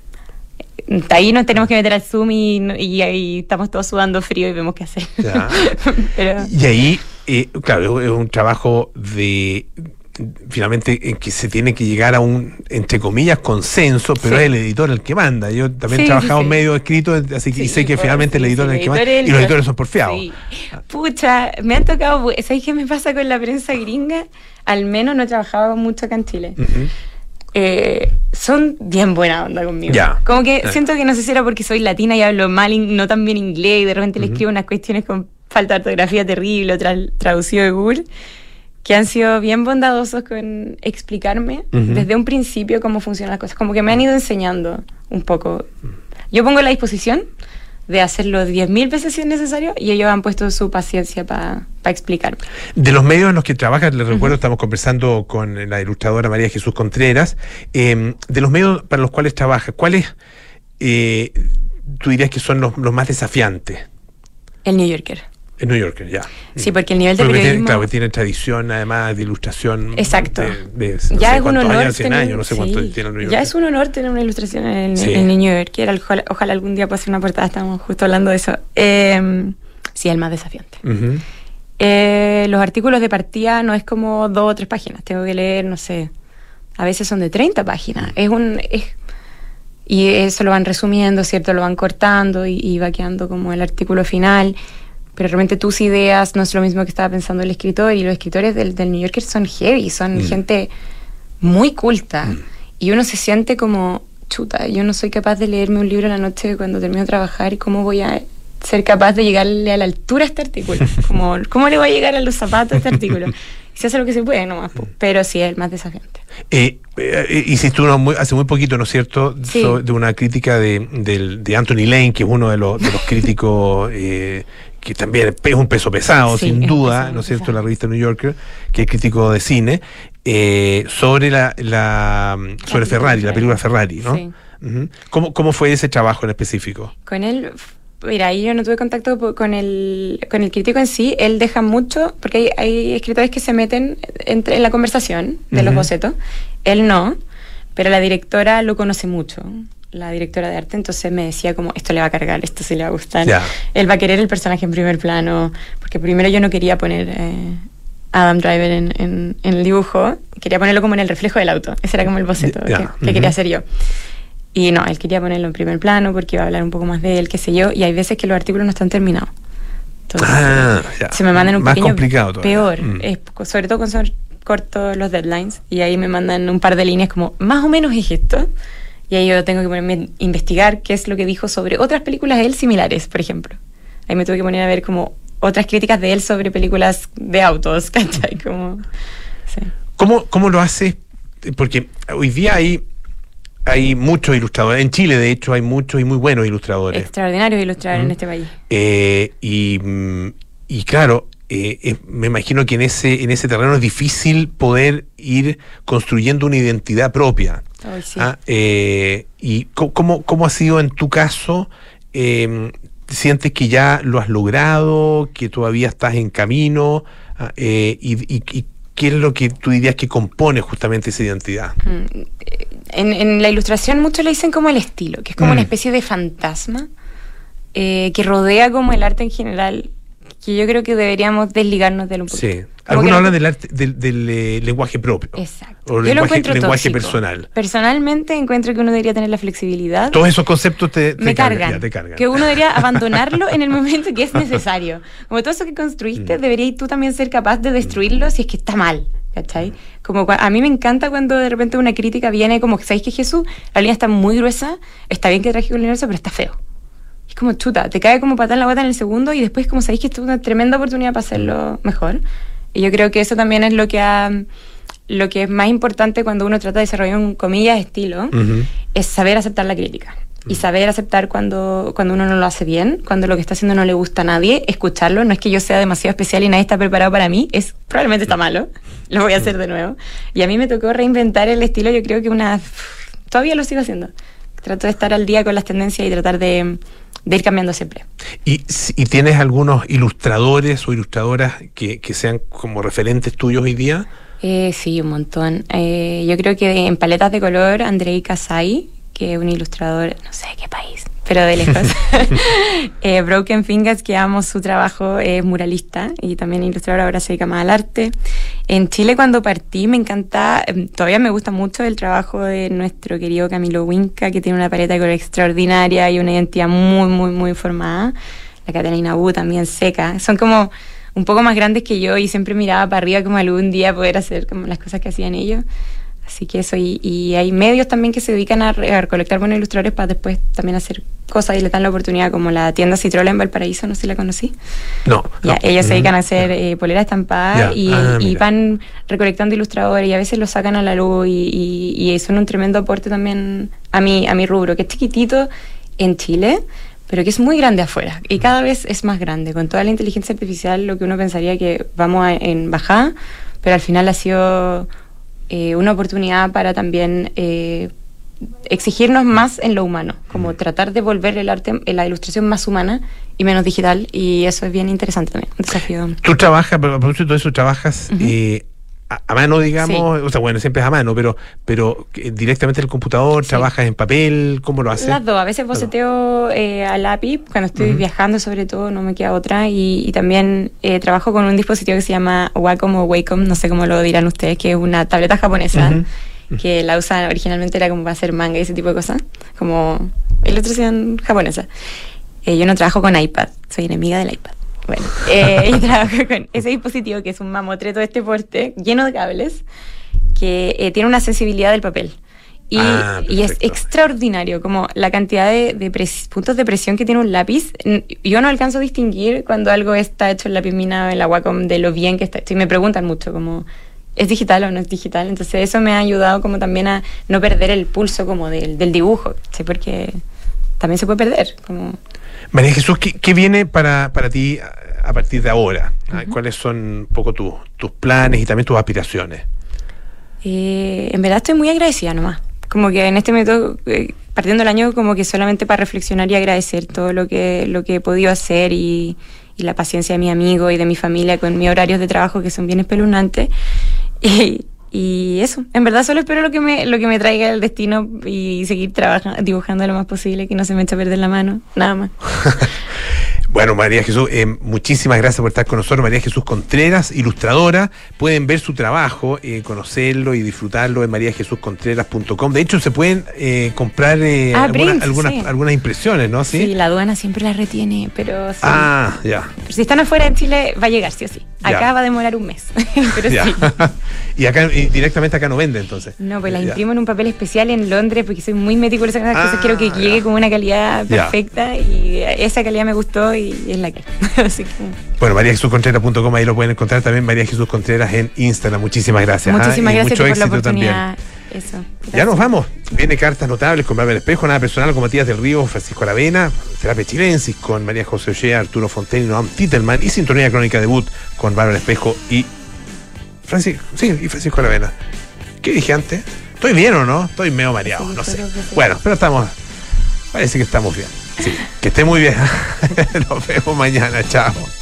ahí nos tenemos que meter al Zoom y ahí estamos todos sudando frío y vemos qué hacer. Pero... Y ahí, claro, es un trabajo finalmente en que se tiene que llegar a un, entre comillas, consenso, pero es el editor el que manda. Yo también he trabajado medio escrito, así que sé que finalmente el editor es el que manda, y los editores son porfiados. Pucha, me han tocado, ¿sabes qué me pasa con la prensa gringa? Al menos no he trabajado mucho acá en Chile. Son bien buena onda conmigo. Como que siento que no sé si era porque soy latina y hablo mal, no tan bien inglés, y de repente le escribo unas cuestiones con falta de ortografía terrible, traducido de Google, que han sido bien bondadosos con explicarme desde un principio cómo funcionan las cosas. Como que me han ido enseñando un poco. Yo pongo la disposición de hacerlo 10.000 veces si es necesario, y ellos han puesto su paciencia para explicarme. De los medios en los que trabajas, les recuerdo, estamos conversando con la ilustradora María Jesús Contreras, de los medios para los cuales trabajas, ¿cuáles tú dirías que son los más desafiantes? El New Yorker. El New Yorker, ya. Sí, porque el nivel de periodismo... Claro, que tiene tradición, además, de ilustración. Exacto. Ya es un honor. 100 años, no sé cuánto tiene el New Yorker. Ya es un honor tener una ilustración en el New Yorker. Ojalá algún día pueda hacer una portada, estamos justo hablando de eso. Sí, el más desafiante. Los artículos de partida no es como 2 o 3 páginas. Tengo que leer, no sé, a veces son de 30 páginas. Y eso lo van resumiendo, ¿cierto? Lo van cortando y va quedando como el artículo final. Pero realmente tus ideas no es lo mismo que estaba pensando el escritor, y los escritores del New Yorker son heavy, son gente muy culta, y uno se siente como, chuta, yo no soy capaz de leerme un libro en la noche cuando termino de trabajar, y cómo voy a ser capaz de llegarle a la altura a este artículo, ¿cómo le voy a llegar a los zapatos a este artículo? Se hace lo que se puede nomás, pero sí es el más desafiante. Hiciste uno hace muy poquito, ¿no es cierto?, de una crítica de Anthony Lane, que es uno de los críticos que también es un peso pesado, sin duda, ¿no es cierto?, la revista New Yorker, que es crítico de cine, sobre Ferrari, la película Ferrari, ¿no? Sí. ¿Cómo fue ese trabajo en específico? Con él Mira, ahí yo no tuve contacto con el crítico en sí. Él deja mucho, porque hay escritores que se meten en la conversación de los bocetos. Él no, pero la directora lo conoce mucho, la directora de arte, entonces me decía como, esto le va a cargar, esto sí le va a gustar. Él va a querer el personaje en primer plano, porque primero yo no quería poner Adam Driver en el dibujo, quería ponerlo como en el reflejo del auto. Ese era como el boceto que quería hacer yo. Y no, él quería ponerlo en primer plano porque iba a hablar un poco más de él, qué sé yo, y hay veces que los artículos no están terminados. Entonces, se me mandan un más pequeño complicado todavía. Peor, sobre todo cuando son cortos los deadlines, y ahí me mandan un par de líneas como, más o menos es esto, y ahí yo tengo que ponerme a investigar qué es lo que dijo sobre otras películas de él similares, por ejemplo. Ahí me tuve que poner a ver como otras críticas de él sobre películas de autos, ¿cachai? Como, sí. ¿Cómo lo haces? Porque hoy día hay muchos ilustradores. En Chile, de hecho, hay muchos y muy buenos ilustradores. Extraordinarios ilustradores en este país. Y claro, me imagino que en ese terreno es difícil poder ir construyendo una identidad propia. Ay, sí. ¿Y cómo ha sido en tu caso? ¿Sientes que ya lo has logrado, que todavía estás en camino? ¿Y qué es lo que tú dirías que compone justamente esa identidad? En la ilustración muchos le dicen como el estilo, que es como una especie de fantasma que rodea como el arte en general, que yo creo que deberíamos desligarnos de él un poco. Sí. Algunos hablan del arte, del lenguaje propio. Exacto. O yo lo encuentro lenguaje tóxico. Personal. Personalmente encuentro que uno debería tener la flexibilidad. Todos esos conceptos te cargan. cargan. Que uno debería abandonarlo en el momento que es necesario. Como todo eso que construiste, deberías tú también ser capaz de destruirlo si es que está mal. ¿Cachai? Como a mí me encanta cuando de repente una crítica viene como, ¿sabéis que Jesús? La línea está muy gruesa, está bien que traje el universo, pero está feo. Es como chuta, te cae como patada en la guata en el segundo y después como sabéis que esto es una tremenda oportunidad para hacerlo mejor. Y yo creo que eso también es lo que es más importante cuando uno trata de desarrollar un, comillas, estilo, es saber aceptar la crítica. Y saber aceptar cuando uno no lo hace bien, cuando lo que está haciendo no le gusta a nadie, escucharlo. No es que yo sea demasiado especial y nadie está preparado para mí, probablemente está malo, lo voy a hacer de nuevo. Y a mí me tocó reinventar el estilo, yo creo que todavía lo sigo haciendo. Trato de estar al día con las tendencias y tratar de ir cambiando siempre. ¿Y tienes algunos ilustradores o ilustradoras que sean como referentes tuyos hoy día? Sí, un montón. Yo creo que en paletas de color, Andrei Kasai, que es un ilustrador, no sé de qué país, pero de lejos. Broken Fingers, que amo su trabajo, es muralista y también ilustrador, ahora se dedica más al arte. En Chile, cuando partí, me encanta, todavía me gusta mucho el trabajo de nuestro querido Camilo Winca, que tiene una paleta de color extraordinaria y una identidad muy, muy, muy formada. La Catalina Wu también seca. Son como un poco más grandes que yo y siempre miraba para arriba como algún día poder hacer como las cosas que hacían ellos. Así que eso, y hay medios también que se dedican a recolectar buenos ilustradores para después también hacer cosas y les dan la oportunidad, como la tienda Citrola en Valparaíso, no sé si la conocí. No. Ellos se dedican a hacer poleras estampadas y van recolectando ilustradores y a veces los sacan a la luz y son un tremendo aporte también a mi rubro, que es chiquitito en Chile, pero que es muy grande afuera y cada vez es más grande. Con toda la inteligencia artificial, lo que uno pensaría que vamos en bajada, pero al final ha sido una oportunidad para también exigirnos más en lo humano, como tratar de volver el arte, la ilustración más humana y menos digital, y eso es bien interesante también, un desafío. Tú trabajas, pero a propósito de eso, trabajas a mano, digamos, sí. O sea, bueno, siempre es a mano, pero directamente en el computador, sí. ¿Trabajas en papel? ¿Cómo lo haces? Las dos, a veces boceteo a lápiz, cuando estoy viajando sobre todo, no me queda otra, y también trabajo con un dispositivo que se llama Wacom o Wacom, no sé cómo lo dirán ustedes, que es una tableta japonesa, que la usan originalmente, era como para hacer manga y ese tipo de cosas, como ilustración japonesa. Yo no trabajo con iPad, soy enemiga del iPad. Bueno, y trabajo con ese dispositivo que es un mamotreto de este porte, lleno de cables, que tiene una sensibilidad del papel. Y es extraordinario, como la cantidad de puntos de presión que tiene un lápiz. Yo no alcanzo a distinguir cuando algo está hecho en lápiz mina o en la Wacom de lo bien que está hecho. Y me preguntan mucho, como, ¿es digital o no es digital? Entonces eso me ha ayudado como también a no perder el pulso como del dibujo, ¿sí? Porque también se puede perder, como... María Jesús, ¿qué viene para ti a partir de ahora? ¿Cuáles son un poco tus planes y también tus aspiraciones? En verdad estoy muy agradecida nomás. Como que en este momento, partiendo el año como que solamente para reflexionar y agradecer todo lo que he podido hacer y la paciencia de mi amigo y de mi familia con mis horarios de trabajo que son bien espeluznantes. Y eso, en verdad solo espero lo que me traiga el destino y seguir dibujando lo más posible, que no se me eche a perder la mano, nada más. Bueno, María Jesús, muchísimas gracias por estar con nosotros. María Jesús Contreras, ilustradora. Pueden ver su trabajo, conocerlo y disfrutarlo en mariajesuscontreras.com. De hecho, se pueden comprar algunas impresiones, ¿no? ¿Sí? La aduana siempre las retiene, pero sí. Ah, ya. Pero si están afuera en Chile, va a llegar, sí o sí. Acá va a demorar un mes, pero ya. Sí. Y directamente acá no vende, entonces. No, pues las imprimo en un papel especial en Londres porque soy muy meticulosa con esas cosas. Quiero que llegue con una calidad perfecta y esa calidad me gustó y es la que. Así que... Bueno, mariajesuscontreras.com, ahí lo pueden encontrar también. María Jesús Contreras en Instagram. Muchísimas gracias. Muchísimas gracias mucho por la éxito oportunidad. También. Eso. Gracias. Ya nos vamos. Viene Cartas Notables con Bárbara Espejo, Nada Personal con Matías del Río, Francisco Aravena, Terapia Chilensis con María José Ollea, Arturo Fonten y Noam Titelman, y Sintonía Crónica Debut con Bárbara Espejo y Francisco Aravena. ¿Qué dije antes? ¿Estoy bien o no? Estoy medio mareado, no sé. Bueno, pero parece que estamos bien. Sí, que esté muy bien. Nos vemos mañana, chao.